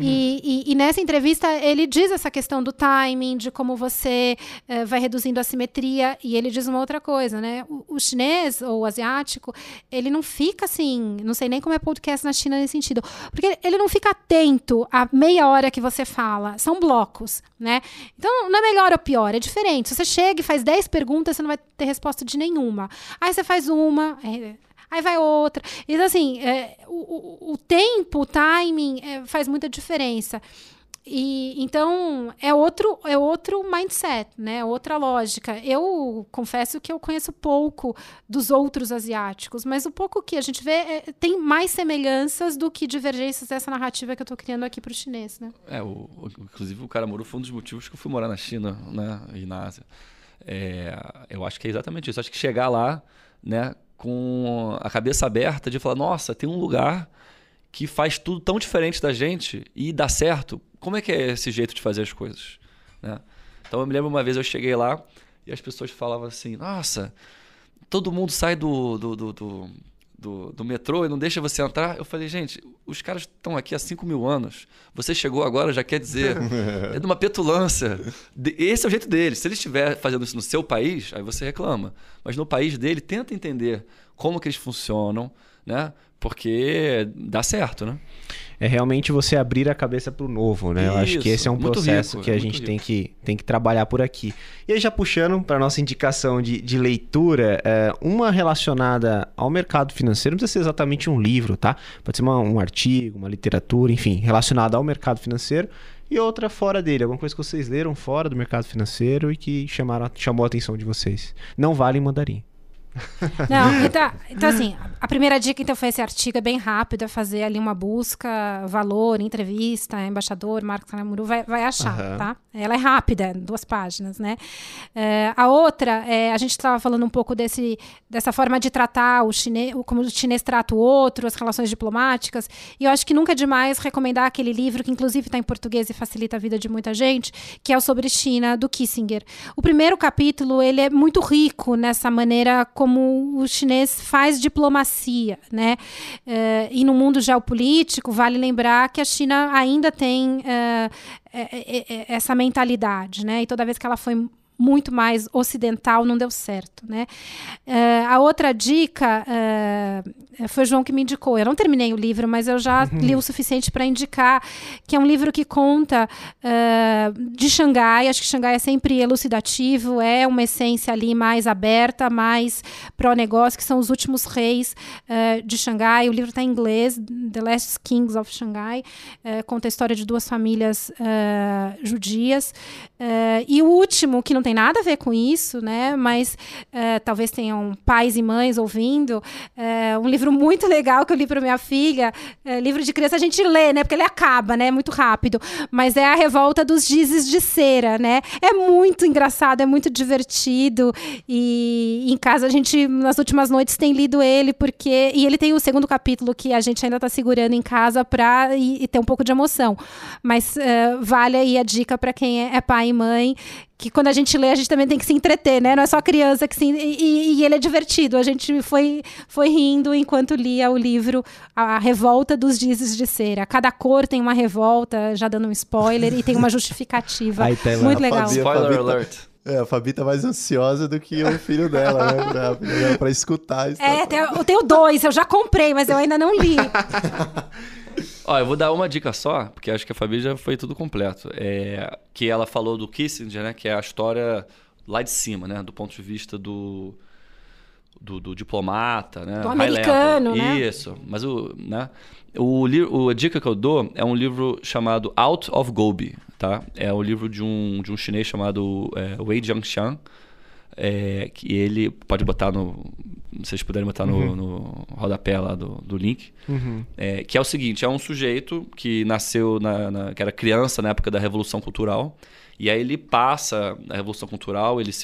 E nessa entrevista ele diz essa questão do timing, de como você vai reduzindo a assimetria, e ele diz uma outra coisa, né? O chinês ou o asiático, ele não fica assim, não sei nem como é podcast na China nesse sentido, porque ele não fica atento à meia hora que você fala, são blocos, né? Então não é melhor ou pior, é diferente. Se você chega e faz 10 perguntas, você não vai ter resposta de nenhuma. Aí você faz uma... Aí vai outra. Então, assim, o tempo, o timing faz muita diferença. Então, é outro mindset, né? Outra lógica. Eu confesso que eu conheço pouco dos outros asiáticos, mas o pouco que a gente vê tem mais semelhanças do que divergências dessa narrativa que eu estou criando aqui para o chinês, né? Inclusive, o Caramuru foi um dos motivos que eu fui morar na China, né? E na Ásia. Eu acho que é exatamente isso. Acho que chegar lá, né, com a cabeça aberta de falar, nossa, tem um lugar que faz tudo tão diferente da gente e dá certo. Como é que é esse jeito de fazer as coisas? Né? Então eu me lembro uma vez eu cheguei lá e as pessoas falavam assim, nossa, todo mundo sai do metrô e não deixa você entrar. Eu falei, gente, os caras estão aqui há 5.000 anos. Você chegou agora, já quer dizer. É de uma petulância. Esse é o jeito deles. Se ele estiver fazendo isso no seu país, aí você reclama. Mas no país dele, tenta entender como que eles funcionam, né? Porque dá certo, né? É realmente você abrir a cabeça para o novo, né? Eu acho que esse é um processo que a gente tem que trabalhar por aqui. E aí, já puxando para a nossa indicação de leitura, uma relacionada ao mercado financeiro, não precisa ser exatamente um livro, tá? Pode ser um artigo, uma literatura, enfim, relacionada ao mercado financeiro, e outra fora dele, alguma coisa que vocês leram fora do mercado financeiro e que chamou a atenção de vocês. Não vale em mandarim. Não, então assim, a primeira dica então foi esse artigo, é bem rápido, é fazer ali uma busca, valor, entrevista, embaixador, Marcos Caramuru, vai achar, tá? Ela é rápida, 2 páginas, né? A outra, a gente estava falando um pouco dessa forma de tratar o chinês, como o chinês trata o outro, as relações diplomáticas, e eu acho que nunca é demais recomendar aquele livro, que inclusive está em português e facilita a vida de muita gente, que é o Sobre China, do Kissinger. O primeiro capítulo, ele é muito rico nessa maneira como o chinês faz diplomacia, né? E no mundo geopolítico, vale lembrar que a China ainda tem essa mentalidade, né? E toda vez que ela foi muito mais ocidental, não deu certo, né? A outra dica foi o João que me indicou. Eu não terminei o livro, mas eu já li o suficiente para indicar, que é um livro que conta de Xangai. Acho que Xangai é sempre elucidativo, é uma essência ali mais aberta, mais pró-negócio, que são os últimos reis de Xangai. O livro está em inglês, The Last Kings of Shanghai, conta a história de 2 famílias judias. E o último, que não tem nada a ver com isso, né, mas talvez tenham pais e mães ouvindo, um livro muito legal que eu li para minha filha. Livro de criança a gente lê, né, porque ele acaba, né, muito rápido, mas é A Revolta dos Gizes de Cera, né? É muito engraçado, é muito divertido, e em casa a gente, nas últimas noites, tem lido ele, e ele tem o 2º capítulo que a gente ainda está segurando em casa para ter um pouco de emoção, mas vale aí a dica para quem é pai e mãe, que quando a gente lê, a gente também tem que se entreter, né? Não é só criança que e ele é divertido. A gente foi rindo enquanto lia o livro A Revolta dos Gizes de Cera. Cada cor tem uma revolta, já dando um spoiler, e tem uma justificativa. Muito legal. Spoiler alert. A Fabi tá mais ansiosa do que o filho dela, né? Pra escutar isso. Eu tenho 2, eu já comprei, mas eu ainda não li. Ó, eu vou dar uma dica só, porque acho que a Fabi já foi tudo completo. Que ela falou do Kissinger, né? Que é a história lá de cima, né? Do ponto de vista do diplomata, né? Do americano, né? Isso. Mas a dica que eu dou é um livro chamado Out of Gobi, tá? É o livro de um chinês chamado Wei Jiangxiang, que ele pode botar vocês puderem botar no rodapé lá do link, que é o seguinte: é um sujeito que nasceu que era criança na época da Revolução Cultural, e aí ele passa a Revolução Cultural, ele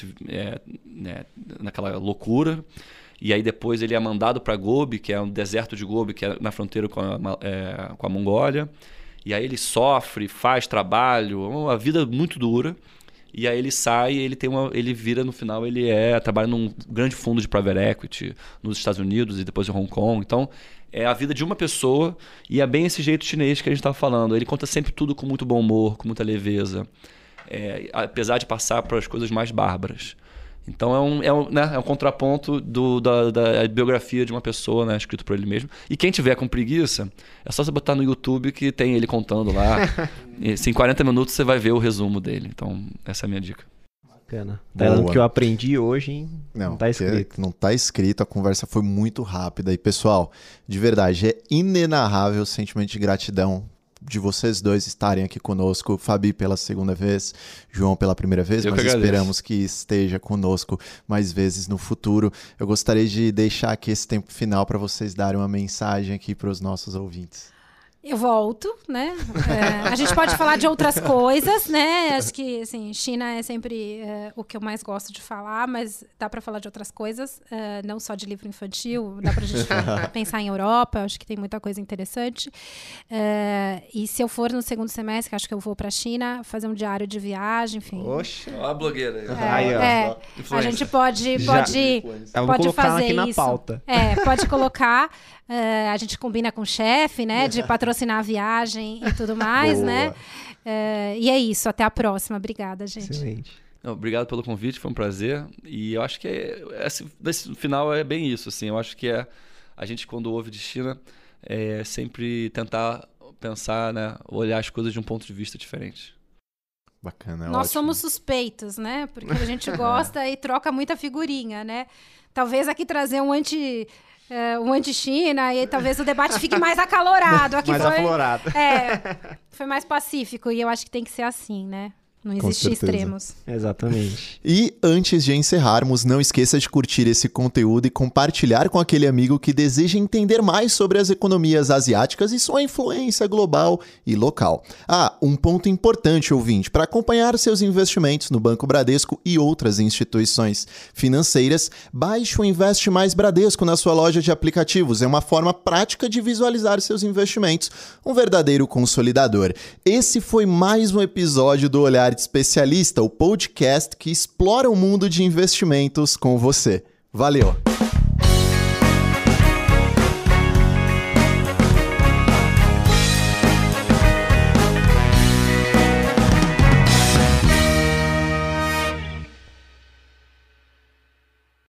naquela loucura, e aí depois ele é mandado para Gobi, que é um deserto de Gobi, que é na fronteira com a Mongólia, e aí ele sofre, faz trabalho, uma vida muito dura. E aí ele sai, ele vira no final, ele trabalha num grande fundo de private equity nos Estados Unidos e depois em Hong Kong. Então, é a vida de uma pessoa, e é bem esse jeito chinês que a gente estava falando. Ele conta sempre tudo com muito bom humor, com muita leveza, apesar de passar por as coisas mais bárbaras. Então é um contraponto da biografia de uma pessoa, né, escrito por ele mesmo. E quem tiver com preguiça, é só você botar no YouTube que tem ele contando lá. E, em 40 minutos você vai ver o resumo dele. Então essa é a minha dica. Bacana. Que eu aprendi hoje, não tá escrito. Não tá escrito, a conversa foi muito rápida. E pessoal, de verdade, é inenarrável o sentimento de gratidão de vocês dois estarem aqui conosco. Fabi pela 2ª vez, João pela 1ª vez, mas esperamos que esteja conosco mais vezes no futuro. Eu gostaria de deixar aqui esse tempo final para vocês darem uma mensagem aqui para os nossos ouvintes. Eu volto, né? A gente pode falar de outras coisas, né? Acho que, assim, China é sempre o que eu mais gosto de falar, mas dá para falar de outras coisas, não só de livro infantil, dá pra gente pensar em Europa, acho que tem muita coisa interessante. E se eu for no 2º semestre, acho que eu vou pra China, fazer um diário de viagem, enfim. Oxe, ó a blogueira aí. A gente pode colocar fazer aqui na isso. Pauta. Pode colocar. A gente combina com o chefe, né? De patrocinar a viagem e tudo mais, né? E é isso. Até a próxima. Obrigada, gente. Excelente. Obrigado pelo convite, foi um prazer. E eu acho que no final é bem isso, assim. Eu acho que a gente, quando ouve de China, sempre tentar pensar, né? Olhar as coisas de um ponto de vista diferente. Bacana, Nós ótimo. somos suspeitos, né? Porque a gente gosta e troca muita figurinha, né? Talvez aqui trazer um anti-China, e talvez o debate fique mais acalorado. Aqui mais aflorado. Foi mais pacífico, e eu acho que tem que ser assim, né? Não existe extremos. Exatamente. E antes de encerrarmos, não esqueça de curtir esse conteúdo e compartilhar com aquele amigo que deseja entender mais sobre as economias asiáticas e sua influência global e local. Um ponto importante, ouvinte, para acompanhar seus investimentos no Banco Bradesco e outras instituições financeiras, baixe o Investe Mais Bradesco na sua loja de aplicativos. É uma forma prática de visualizar seus investimentos, um verdadeiro consolidador. Esse foi mais um episódio do Olhar de Especialista, o podcast que explora o mundo de investimentos com você. Valeu!